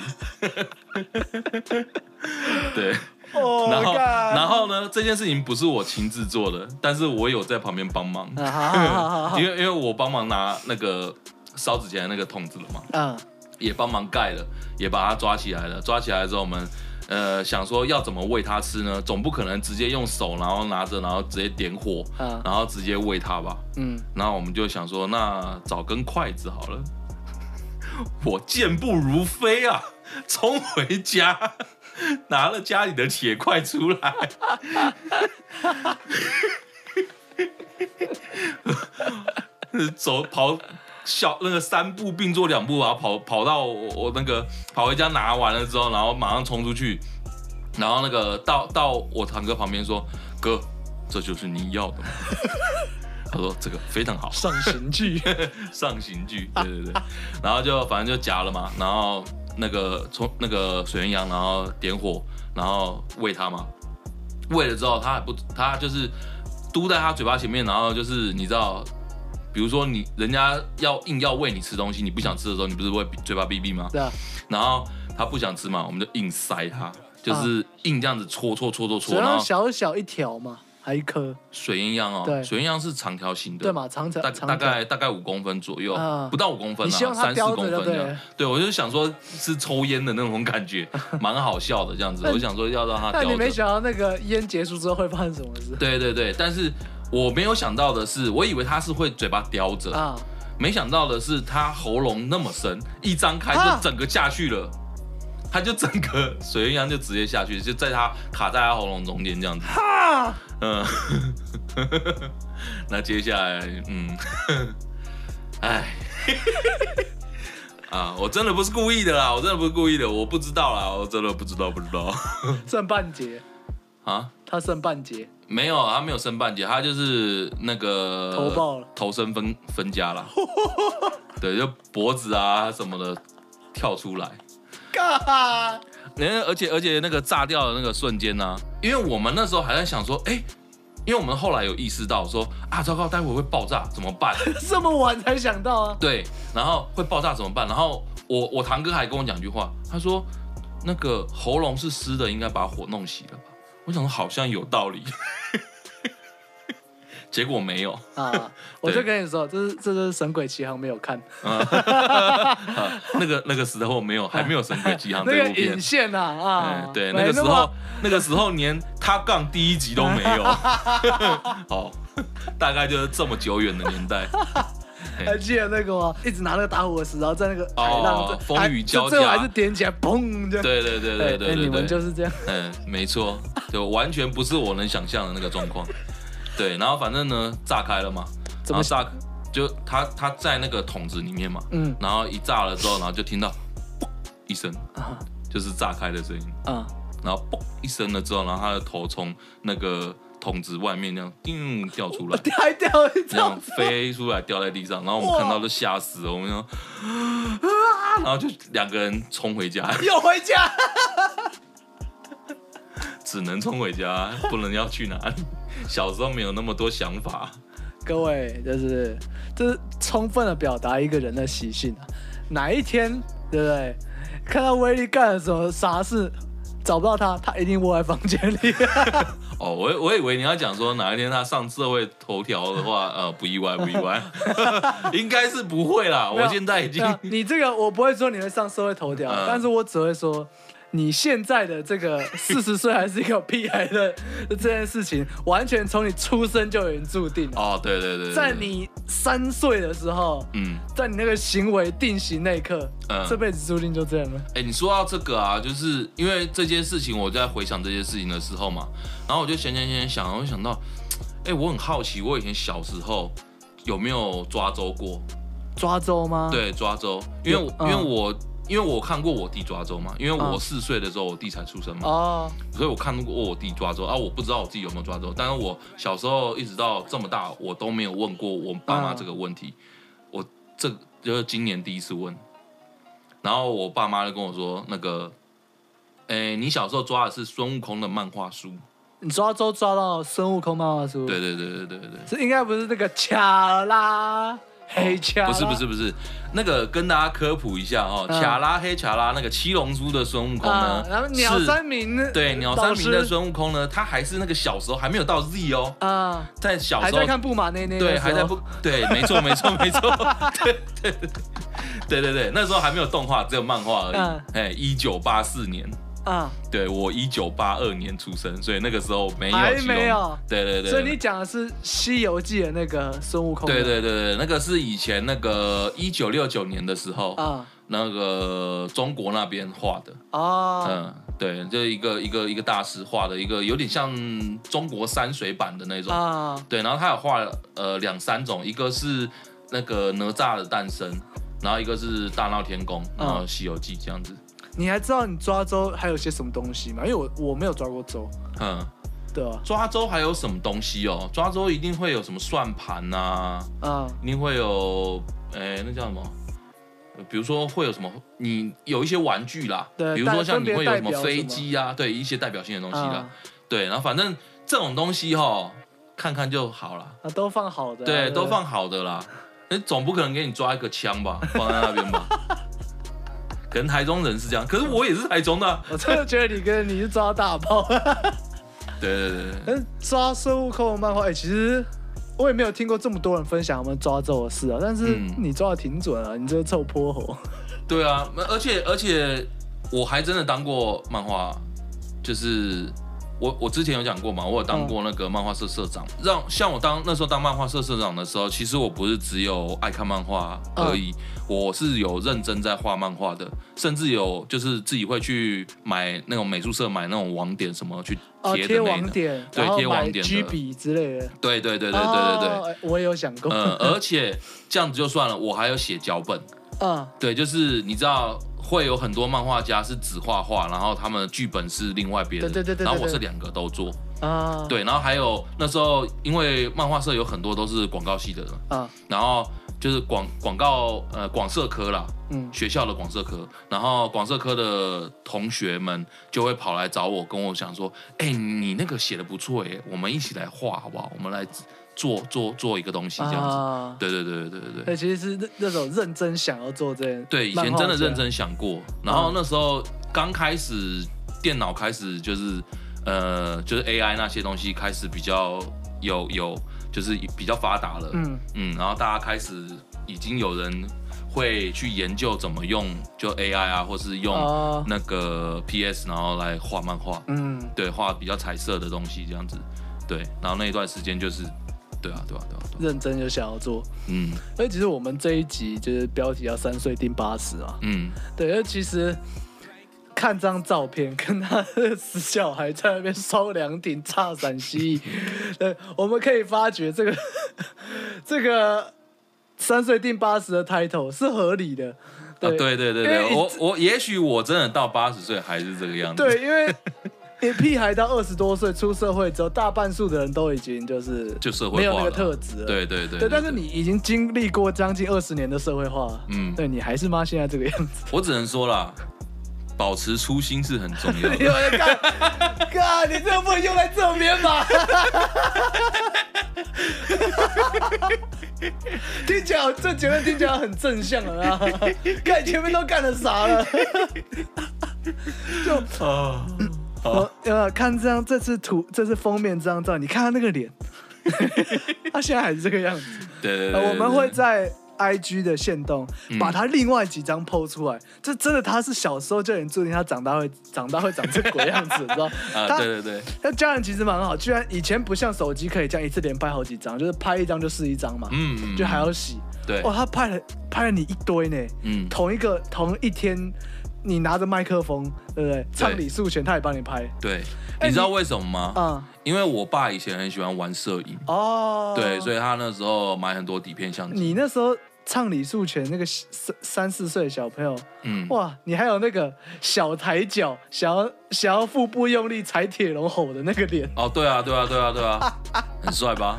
[SPEAKER 1] 对。
[SPEAKER 2] Oh,
[SPEAKER 1] 然后，然后呢？这件事情不是我亲自做的，但是我有在旁边帮忙，因为因为我帮忙拿那个烧纸钱的那个桶子了嘛，嗯，也帮忙盖了，也把它抓起来了。抓起来之后，我们呃想说要怎么喂它吃呢？总不可能直接用手，然后拿着，然后直接点火，嗯，然后直接喂它吧，嗯。然后我们就想说，那找根筷子好了。我健步如飞啊，冲回家。拿了家里的铁块出来，走跑小那个三步并作两步啊，跑跑到我我那个跑回家拿完了之后，然后马上冲出去，然后那个到到我堂哥旁边说：“哥，这就是你要的吗？”他说：“这个非常好。”
[SPEAKER 2] 上刑具，
[SPEAKER 1] 上刑具，对对对，然后就反正就夹了嘛，然后。那个从那个水鸳鸯，然后点火，然后喂它嘛。喂了之后，它还不，它就是嘟在它嘴巴前面，然后就是你知道，比如说你人家要硬要喂你吃东西，你不想吃的时候，你不是会嘴巴闭闭吗？
[SPEAKER 2] 对啊。
[SPEAKER 1] 然后它不想吃嘛，我们就硬塞它，就是硬这样子戳戳戳戳戳，
[SPEAKER 2] 然后小小一条嘛。还一颗
[SPEAKER 1] 水鸳鸯哦，对，水鸳鸯是长条形的，
[SPEAKER 2] 对嘛，长条，
[SPEAKER 1] 大大概大概五公分左右，嗯、不到五公分啊，
[SPEAKER 2] 三
[SPEAKER 1] 四公分这样。对，我就想说是抽烟的那种感觉，蛮好笑的这样子。我就想说要让它叼着。
[SPEAKER 2] 但你没想到那个烟结束之后会发生什么事？
[SPEAKER 1] 对对对，但是我没有想到的是，我以为它是会嘴巴叼着啊，没想到的是它喉咙那么深，一张开就整个下去了。它就整个水鸳鸯就直接下去，就在它卡在它喉咙中间这样子。哈，嗯，那接下来，嗯，哎，啊，我真的不是故意的啦，我真的不是故意的，我不知道啦，我真的不知道，不知道。
[SPEAKER 2] 剩半截啊？他剩半截？
[SPEAKER 1] 没有，他没有剩半截，他就是那个
[SPEAKER 2] 头爆了，
[SPEAKER 1] 头身分分家了。对，就脖子啊什么的跳出来。而且而且那个炸掉的那个瞬间呢、啊，因为我们那时候还在想说，哎、欸，因为我们后来有意识到说啊，糟糕，待会会爆炸怎么办？
[SPEAKER 2] 这么晚才想到啊？
[SPEAKER 1] 对，然后会爆炸怎么办？然后我我堂哥还跟我讲一句话，他说那个喉咙是湿的，应该把火弄熄了吧？我想说好像有道理。结果没有啊！
[SPEAKER 2] 我就跟你说，这是这是《神鬼奇航》没有看，啊、
[SPEAKER 1] 那个那个时候没有，还没有《神鬼奇航》
[SPEAKER 2] 这部片。那个引线啊啊！
[SPEAKER 1] 对，那个时候那个时候连 Top Gun 第一集都没有。好，大概就是这么久远的年代。
[SPEAKER 2] 还记得那个吗？一直拿那个打火石，然后在那个海浪、
[SPEAKER 1] 哦、风雨交加，
[SPEAKER 2] 最后还是点起来，砰！这样。
[SPEAKER 1] 对对对对对对，
[SPEAKER 2] 你们就是这样。
[SPEAKER 1] 嗯，没错，就完全不是我能想象的那个状况。对，然后反正呢，炸开了嘛，然后炸就它它在那个桶子里面嘛，嗯，然后一炸了之后，然后就听到嘣一声，啊，就是炸开的声音，啊，然后嘣一声了之后，然后它的头从那个桶子外面那样叮掉出来，
[SPEAKER 2] 还掉
[SPEAKER 1] 这样飞出来掉在地上，然后我们看到都吓死了，我们说啊，然后就两个人冲回家，
[SPEAKER 2] 又回家，
[SPEAKER 1] 只能冲回家，不能要去哪里。小时候没有那么多想法，
[SPEAKER 2] 各位，就是这是充分的表达一个人的习性啊。哪一天，对不对？看到威力干了什么傻事，找不到他，他一定窝在房间里。
[SPEAKER 1] 哦，我我以为你要讲说哪一天他上社会头条的话，呃，不意外，不意外，应该是不会啦。我现在已经，
[SPEAKER 2] 你这个我不会说你会上社会头条，嗯、但是我只会说。 你现在的这个四十岁还是一个屁孩的这件事情，完全从你出生就已经注定了。
[SPEAKER 1] 哦，对对 对, 对，
[SPEAKER 2] 在你三岁的时候，嗯，在你那个行为定型那一刻，嗯，这辈子注定就这样了。
[SPEAKER 1] 哎、欸，你说到这个啊，就是因为这件事情，我在回想这件事情的时候嘛，然后我就想想想想，我就想到，哎、欸，我很好奇，我以前小时候有没有抓周过？
[SPEAKER 2] 抓周吗？
[SPEAKER 1] 对，抓周，因为、嗯、因为我。因为我看过我弟抓周嘛，因为我四岁的时候我弟才出生嘛，哦，所以我看过我弟抓周啊，我不知道我自己有没有抓周，但是我小时候一直到这么大，我都没有问过我爸妈这个问题，嗯、我这就是今年第一次问，然后我爸妈就跟我说，那个，哎，你小时候抓的是孙悟空的漫画书，
[SPEAKER 2] 你抓周抓到孙悟空漫画书，
[SPEAKER 1] 对对对对对对，
[SPEAKER 2] 这应该不是那个卡拉。黑卡拉、
[SPEAKER 1] 哦、不是不是不是，那个跟大家科普一下哦，卡拉黑卡拉那个七龙珠的孙悟空呢，
[SPEAKER 2] 啊、然后鸟山明
[SPEAKER 1] 对鸟山明的孙悟空呢，他还是那个小时候还没有到 Z 哦，啊，在小时候
[SPEAKER 2] 还在看布马内内，
[SPEAKER 1] 对，还在不，对，没错没错没错，对对对对对对，那时候还没有动画，只有漫画而已，哎、嗯，一九八四年。啊，对我一九八二年出生，所以那个时候没有，
[SPEAKER 2] 还没有，
[SPEAKER 1] 对对对，
[SPEAKER 2] 所以你讲的是《西游记》的那个孙悟空，
[SPEAKER 1] 对对对对，那个是以前那个一九六九年的时候啊，那个中国那边画的哦，嗯，对，就一个一个一个大师画的一个有点像中国山水版的那种啊，对，然后他有画呃两三种，一个是那个哪吒的诞生，然后一个是大闹天宫，然后《西游记》这样子。
[SPEAKER 2] 你还知道你抓周还有些什么东西吗？因为我我没有抓过周。嗯，对啊。
[SPEAKER 1] 抓周还有什么东西哦？抓周一定会有什么算盘呐，啊，一定会有，哎，那叫什么？比如说会有什么？你有一些玩具啦，对，比如说像你会有什么飞机啊，对，一些代表性的东西啦，对，然后反正这种东西哈，看看就好了。
[SPEAKER 2] 啊，都放好的。
[SPEAKER 1] 对，都放好的啦。那总不可能给你抓一个枪吧，放在那边吧？可能台中人是这样，可是我也是台中的、啊。
[SPEAKER 2] 我真的觉得你跟你是抓大炮。
[SPEAKER 1] 对对对对。
[SPEAKER 2] 抓孙悟空的漫画，哎、欸，其实我也没有听过这么多人分享他们抓周的事啊。但是你抓的挺准啊，你这个臭泼猴。
[SPEAKER 1] 对啊，而且而且我还真的当过漫画，就是我我之前有讲过嘛，我有当过那个漫画社社长。让像我当那时候当漫画社社长的时候，其实我不是只有爱看漫画而已。嗯，我是有认真在画漫画的，甚至有就是自己会去买那种美术社买那种网点什么去贴的
[SPEAKER 2] 网点，
[SPEAKER 1] 对，贴网点的
[SPEAKER 2] G 笔之类的。
[SPEAKER 1] 对对对对对对对，哦，
[SPEAKER 2] 我也有想过。
[SPEAKER 1] 嗯，而且这样子就算了，我还有写脚本。嗯，对，就是你知道会有很多漫画家是只画画，然后他们剧本是另外别人，对对对对，然后我是两个都做。啊，对，然后还有那时候因为漫画社有很多都是广告系的人，啊，然后。就是广广告呃广社科啦，嗯，学校的广社科，然后广社科的同学们就会跑来找我，跟我讲说，哎、欸，你那个写的不错哎，我们一起来画好不好？我们来做做做一个东西这样子。啊、对对对对对对对。
[SPEAKER 2] 其实是那种认真想要做这件。
[SPEAKER 1] 对，以前真的认真想过，然后那时候刚开始电脑开始就是呃就是 A I 那些东西开始比较有有。就是比较发达了，嗯嗯，然后大家开始已经有人会去研究怎么用就 A I 啊，或是用那个 P S， 然后来画漫画，嗯，对，画比较彩色的东西这样子，对，然后那一段时间就是，对啊对啊对啊，对啊
[SPEAKER 2] 认真就想要做，嗯，而其实我们这一集就是标题要三岁定八十嘛，嗯，对，而其实。看张照片，跟他的死小孩在那边烧凉亭、插伞蜥蜴，对，我们可以发觉这个这个三岁定八十的 title 是合理的。
[SPEAKER 1] 对、啊、对对对对，我我也许我真的到八十岁还是这个样子。
[SPEAKER 2] 对，因为你屁孩到二十多岁出社会之后，大半数的人都已经就是
[SPEAKER 1] 就社会化了，
[SPEAKER 2] 没有那个特质了。
[SPEAKER 1] 对对 对, 对, 对,
[SPEAKER 2] 对，但是你已经经历过将近二十年的社会化，嗯，对你还是妈现在这个样子。
[SPEAKER 1] 我只能说啦。保持初心是很重要的。
[SPEAKER 2] 干，干，你这个不能用在这边吧？听起来这结论听起来很正向了啊！看前面都干了啥了？就啊，我呃看这张这次图这次封面这张照，你看他那个脸，他现在还是这个样子。
[SPEAKER 1] 对对 对, 對, 對，
[SPEAKER 2] 我们会在 I G 的限动，把他另外几张 po 出来，这真的他是小时候就已经注定他长大会长大会长这鬼样子，你知道？
[SPEAKER 1] 啊，
[SPEAKER 2] 他
[SPEAKER 1] 对对对，
[SPEAKER 2] 他家人其实蛮好，居然以前不像手机可以这样一次连拍好几张，就是拍一张就是一张嘛，嗯嗯，就还要洗。
[SPEAKER 1] 对，
[SPEAKER 2] 哇，他拍了拍了你一堆呢，嗯，同一个同一天，你拿着麦克风，对不对？唱李素贤，他也帮你拍。
[SPEAKER 1] 对，你知道为什么吗？嗯，因为我爸以前很喜欢玩摄影，哦，对，所以他那时候买很多底片相机。
[SPEAKER 2] 你那时候唱李素贤那个三三四岁的小朋友，嗯，哇，你还有那个小抬脚，想要想要腹部用力踩铁笼吼的那个脸。
[SPEAKER 1] 哦，对啊，对啊，对啊，对啊，很帅吧？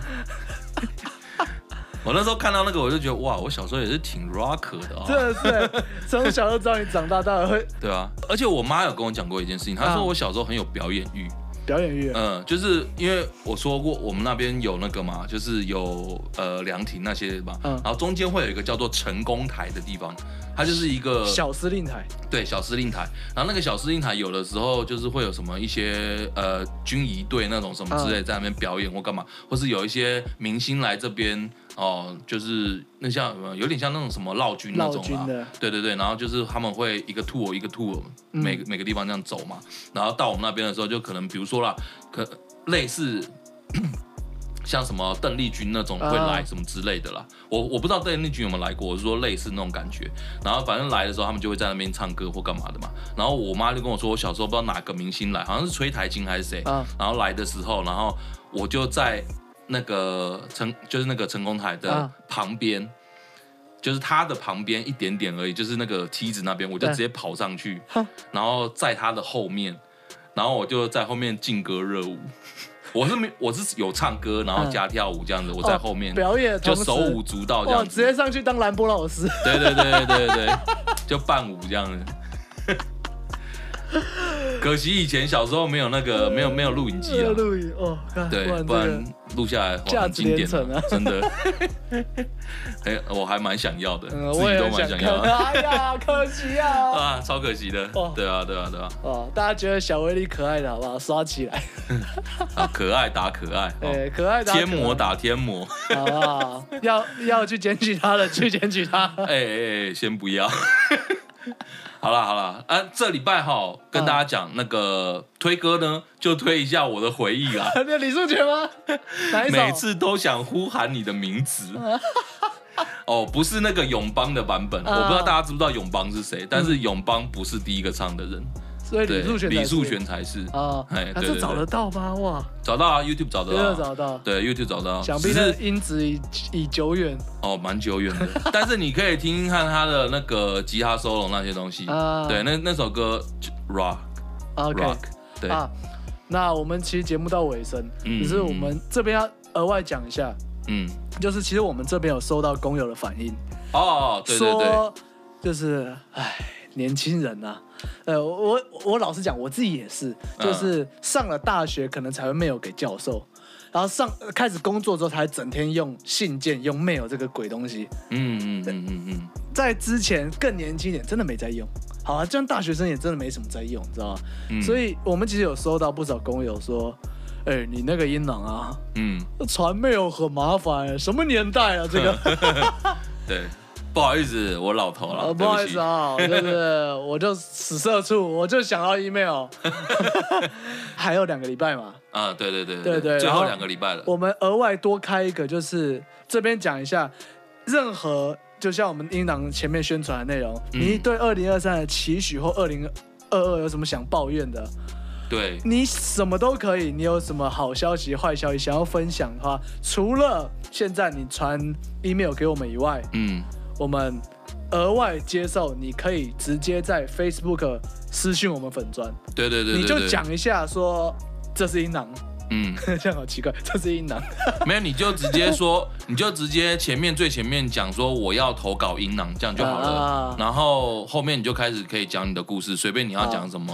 [SPEAKER 1] 我那时候看到那个，我就觉得哇，我小时候也是挺 rock 的啊、哦，
[SPEAKER 2] 真的是，从小就知道你长大大概会。
[SPEAKER 1] 对啊，而且我妈有跟我讲过一件事情，她说我小时候很有表演欲。
[SPEAKER 2] 表演欲，
[SPEAKER 1] 嗯，就是因为我说过，我们那边有那个嘛，就是有呃凉亭那些嘛，嗯，然后中间会有一个叫做成功台的地方，它就是一个
[SPEAKER 2] 小司令台，
[SPEAKER 1] 对，小司令台。然后那个小司令台有的时候就是会有什么一些呃军仪队那种什么之类在那边表演或干嘛，或是有一些明星来这边哦，就是那像有点像那种什么绕军那种啦，对对对，然后就是他们会一个 tour 一个 tour 每、嗯、每个地方这样走嘛，然后到我们那边的时候就可能比如说啦，可类似。像什么邓丽君那种会来什么之类的啦，我我不知道邓丽君有没有来过，我是说类似那种感觉。然后反正来的时候，他们就会在那边唱歌或干嘛的嘛。然后我妈就跟我说，我小时候不知道哪个明星来，好像是崔台金还是谁，然后来的时候，然后我就在那个成就是那个成功台的旁边，就是他的旁边一点点而已，就是那个梯子那边，我就直接跑上去，然后在他的后面，然后我就在后面劲歌热舞。我是没，我是有唱歌，然后加跳舞这样子，我在后面、
[SPEAKER 2] 哦、表演，
[SPEAKER 1] 就手舞足蹈这样子，
[SPEAKER 2] 直接上去当兰波老师。
[SPEAKER 1] 对对对对对对，就伴舞这样子。可惜以前小时候没有那个没有没有录影机啊，
[SPEAKER 2] 录影哦，
[SPEAKER 1] 对，不然录下来很经典的，真的。哎，我还蛮想要的，
[SPEAKER 2] 嗯、
[SPEAKER 1] 自己都蛮想要的。
[SPEAKER 2] 哎呀，可惜啊！
[SPEAKER 1] 啊，超可惜的。哦、对啊，对啊，对啊。
[SPEAKER 2] 哦，大家觉得小威力可爱的好不好？刷起来。
[SPEAKER 1] 啊，可爱打可爱，
[SPEAKER 2] 对，可爱打
[SPEAKER 1] 天魔打天魔，
[SPEAKER 2] 好不好？要要去检举他的，去检举他。
[SPEAKER 1] 哎哎哎，先不要。好啦好啦，啊，这礼拜哈跟大家讲那个推歌呢，就推一下我的回忆啦。
[SPEAKER 2] 那李素全吗？哪一首？
[SPEAKER 1] 每次都想呼喊你的名字。哦，不是那个永邦的版本，我不知道大家知不知道永邦是谁，但是永邦不是第一个唱的人。
[SPEAKER 2] 所以李素全，
[SPEAKER 1] 李素全才是
[SPEAKER 2] 啊，哎，这找得到吗？哇，
[SPEAKER 1] 找到啊 ，YouTube 找得到，
[SPEAKER 2] 找到，
[SPEAKER 1] 对 YouTube 找到，
[SPEAKER 2] 想必那音质已已久远
[SPEAKER 1] 哦，蛮久远的。但是你可以听听看他的那个吉他 solo 那些东西，啊、对，那那首歌 rock，
[SPEAKER 2] OK，
[SPEAKER 1] rock， 对
[SPEAKER 2] 啊。那我们其实节目到尾声，嗯、只是我们这边要额外讲一下，嗯，就是其实我们这边有收到工友的反应，
[SPEAKER 1] 哦，对对对，
[SPEAKER 2] 说就是哎，年轻人啊。呃，我我老实讲，我自己也是，就是上了大学可能才会 mail 给教授，然后上开始工作之后才整天用信件、用 mail 这个鬼东西。嗯嗯嗯嗯嗯，在之前更年轻一点，真的没在用。好啊，这样大学生也真的没什么在用，知道吗？嗯、所以我们其实有收到不少工友说，哎、欸，你那个音档啊，嗯，传 mail 很麻烦，什么年代啊这个？
[SPEAKER 1] 对。不好意思，我老头了、呃。
[SPEAKER 2] 不好意思啊，就是我就死社畜，我就想到 email， 还有两个礼拜嘛。
[SPEAKER 1] 啊，对对对
[SPEAKER 2] 对对，
[SPEAKER 1] 最后两个礼拜了。
[SPEAKER 2] 我们额外多开一个，就是这边讲一下，任何就像我们音档前面宣传的内容，嗯、你对二零二三的期许或二零二二有什么想抱怨的？
[SPEAKER 1] 对，
[SPEAKER 2] 你什么都可以，你有什么好消息、坏消息想要分享的话，除了现在你传 email 给我们以外，嗯。我们额外接受，你可以直接在 Facebook 私讯我们粉专，
[SPEAKER 1] 对对 对, 对，
[SPEAKER 2] 你就讲一下说这是音囊，嗯，这样好奇怪，这是音囊，
[SPEAKER 1] 没有你就直接说，你就直接前面最前面讲说我要投稿音囊，这样就好了，啊、然后后面你就开始可以讲你的故事，随便你要讲什么。啊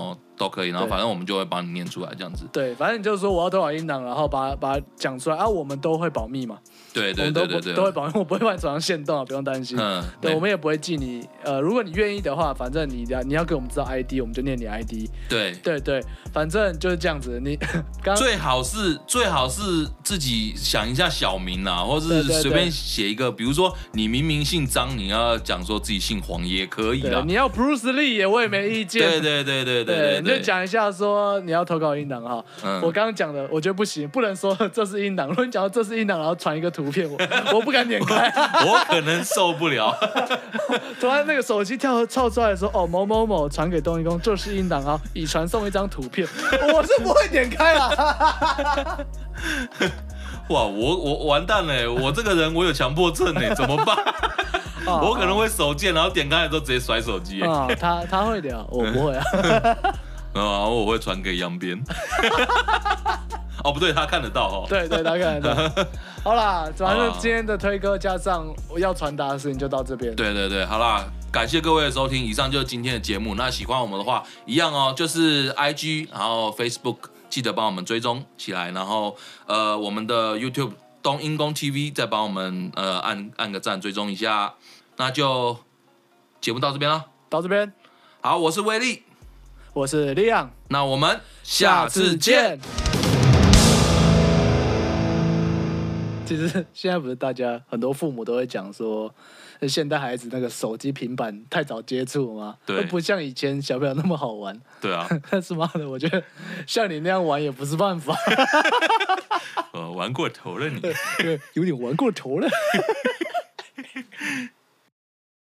[SPEAKER 1] 都可以，然后反正我们就会帮你念出来这样子。
[SPEAKER 2] 对，反正你就说我要多少音档，然后把它把它讲出来啊，我们都会保密嘛。
[SPEAKER 1] 对对对对对，
[SPEAKER 2] 都会保密，我不会把你转上限动啊，不用担心。嗯，对，我们也不会记你。呃，如果你愿意的话，反正你你要给我们知道 I D， 我们就念你 I D。
[SPEAKER 1] 对
[SPEAKER 2] 对对，反正就是这样子。你刚
[SPEAKER 1] 最好是最好是自己想一下小名啊，或是随便写一个，比如说你明明姓张，你要讲说自己姓黄也可以啦。
[SPEAKER 2] 你要 Bruce Lee 也我也没意见。
[SPEAKER 1] 对对对对对对，
[SPEAKER 2] 你就讲一下说你要投稿音档哈。嗯，我刚刚讲的，我觉得不行，不能说这是音档。如果你讲到这是音档，然后传一个图片，我我不敢点开，
[SPEAKER 1] 我可能受不了。
[SPEAKER 2] 突然那个手机跳跳出来说，哦某某某传给东一公，这是音档啊，已传送一张图片，我是不会点开啦。
[SPEAKER 1] 哇，我我完蛋了，我这个人我有强迫症哎，怎么办？我可能会手贱，然后点开的时候直接甩手机。
[SPEAKER 2] 啊，他他会的，我不会啊。
[SPEAKER 1] 然后我会传给杨边。哦，不对，他看得到哦。
[SPEAKER 2] 对对，他看得到。好啦，反正今天的推歌加上我要传达的事情就到这边。
[SPEAKER 1] 对对对，好啦，感谢各位的收听，以上就是今天的节目。那喜欢我们的话，一样哦，就是 I G， 然后 Facebook， 记得帮我们追踪起来，然后呃，我们的 YouTube 东英公 T V 再帮我们呃按按个赞，追踪一下。那就节目到这边了，
[SPEAKER 2] 到这边。
[SPEAKER 1] 好，我是威力，
[SPEAKER 2] 我是利昂，
[SPEAKER 1] 那我们下次见。
[SPEAKER 2] 其实现在不是大家很多父母都会讲说，现代孩子那个手机、平板太早接触嘛，
[SPEAKER 1] 对，
[SPEAKER 2] 不像以前小朋友那么好玩。
[SPEAKER 1] 对啊，
[SPEAKER 2] 但是妈的，我觉得像你那样玩也不是办法。
[SPEAKER 1] 呃，玩过头了你，
[SPEAKER 2] 对，有点玩过头了。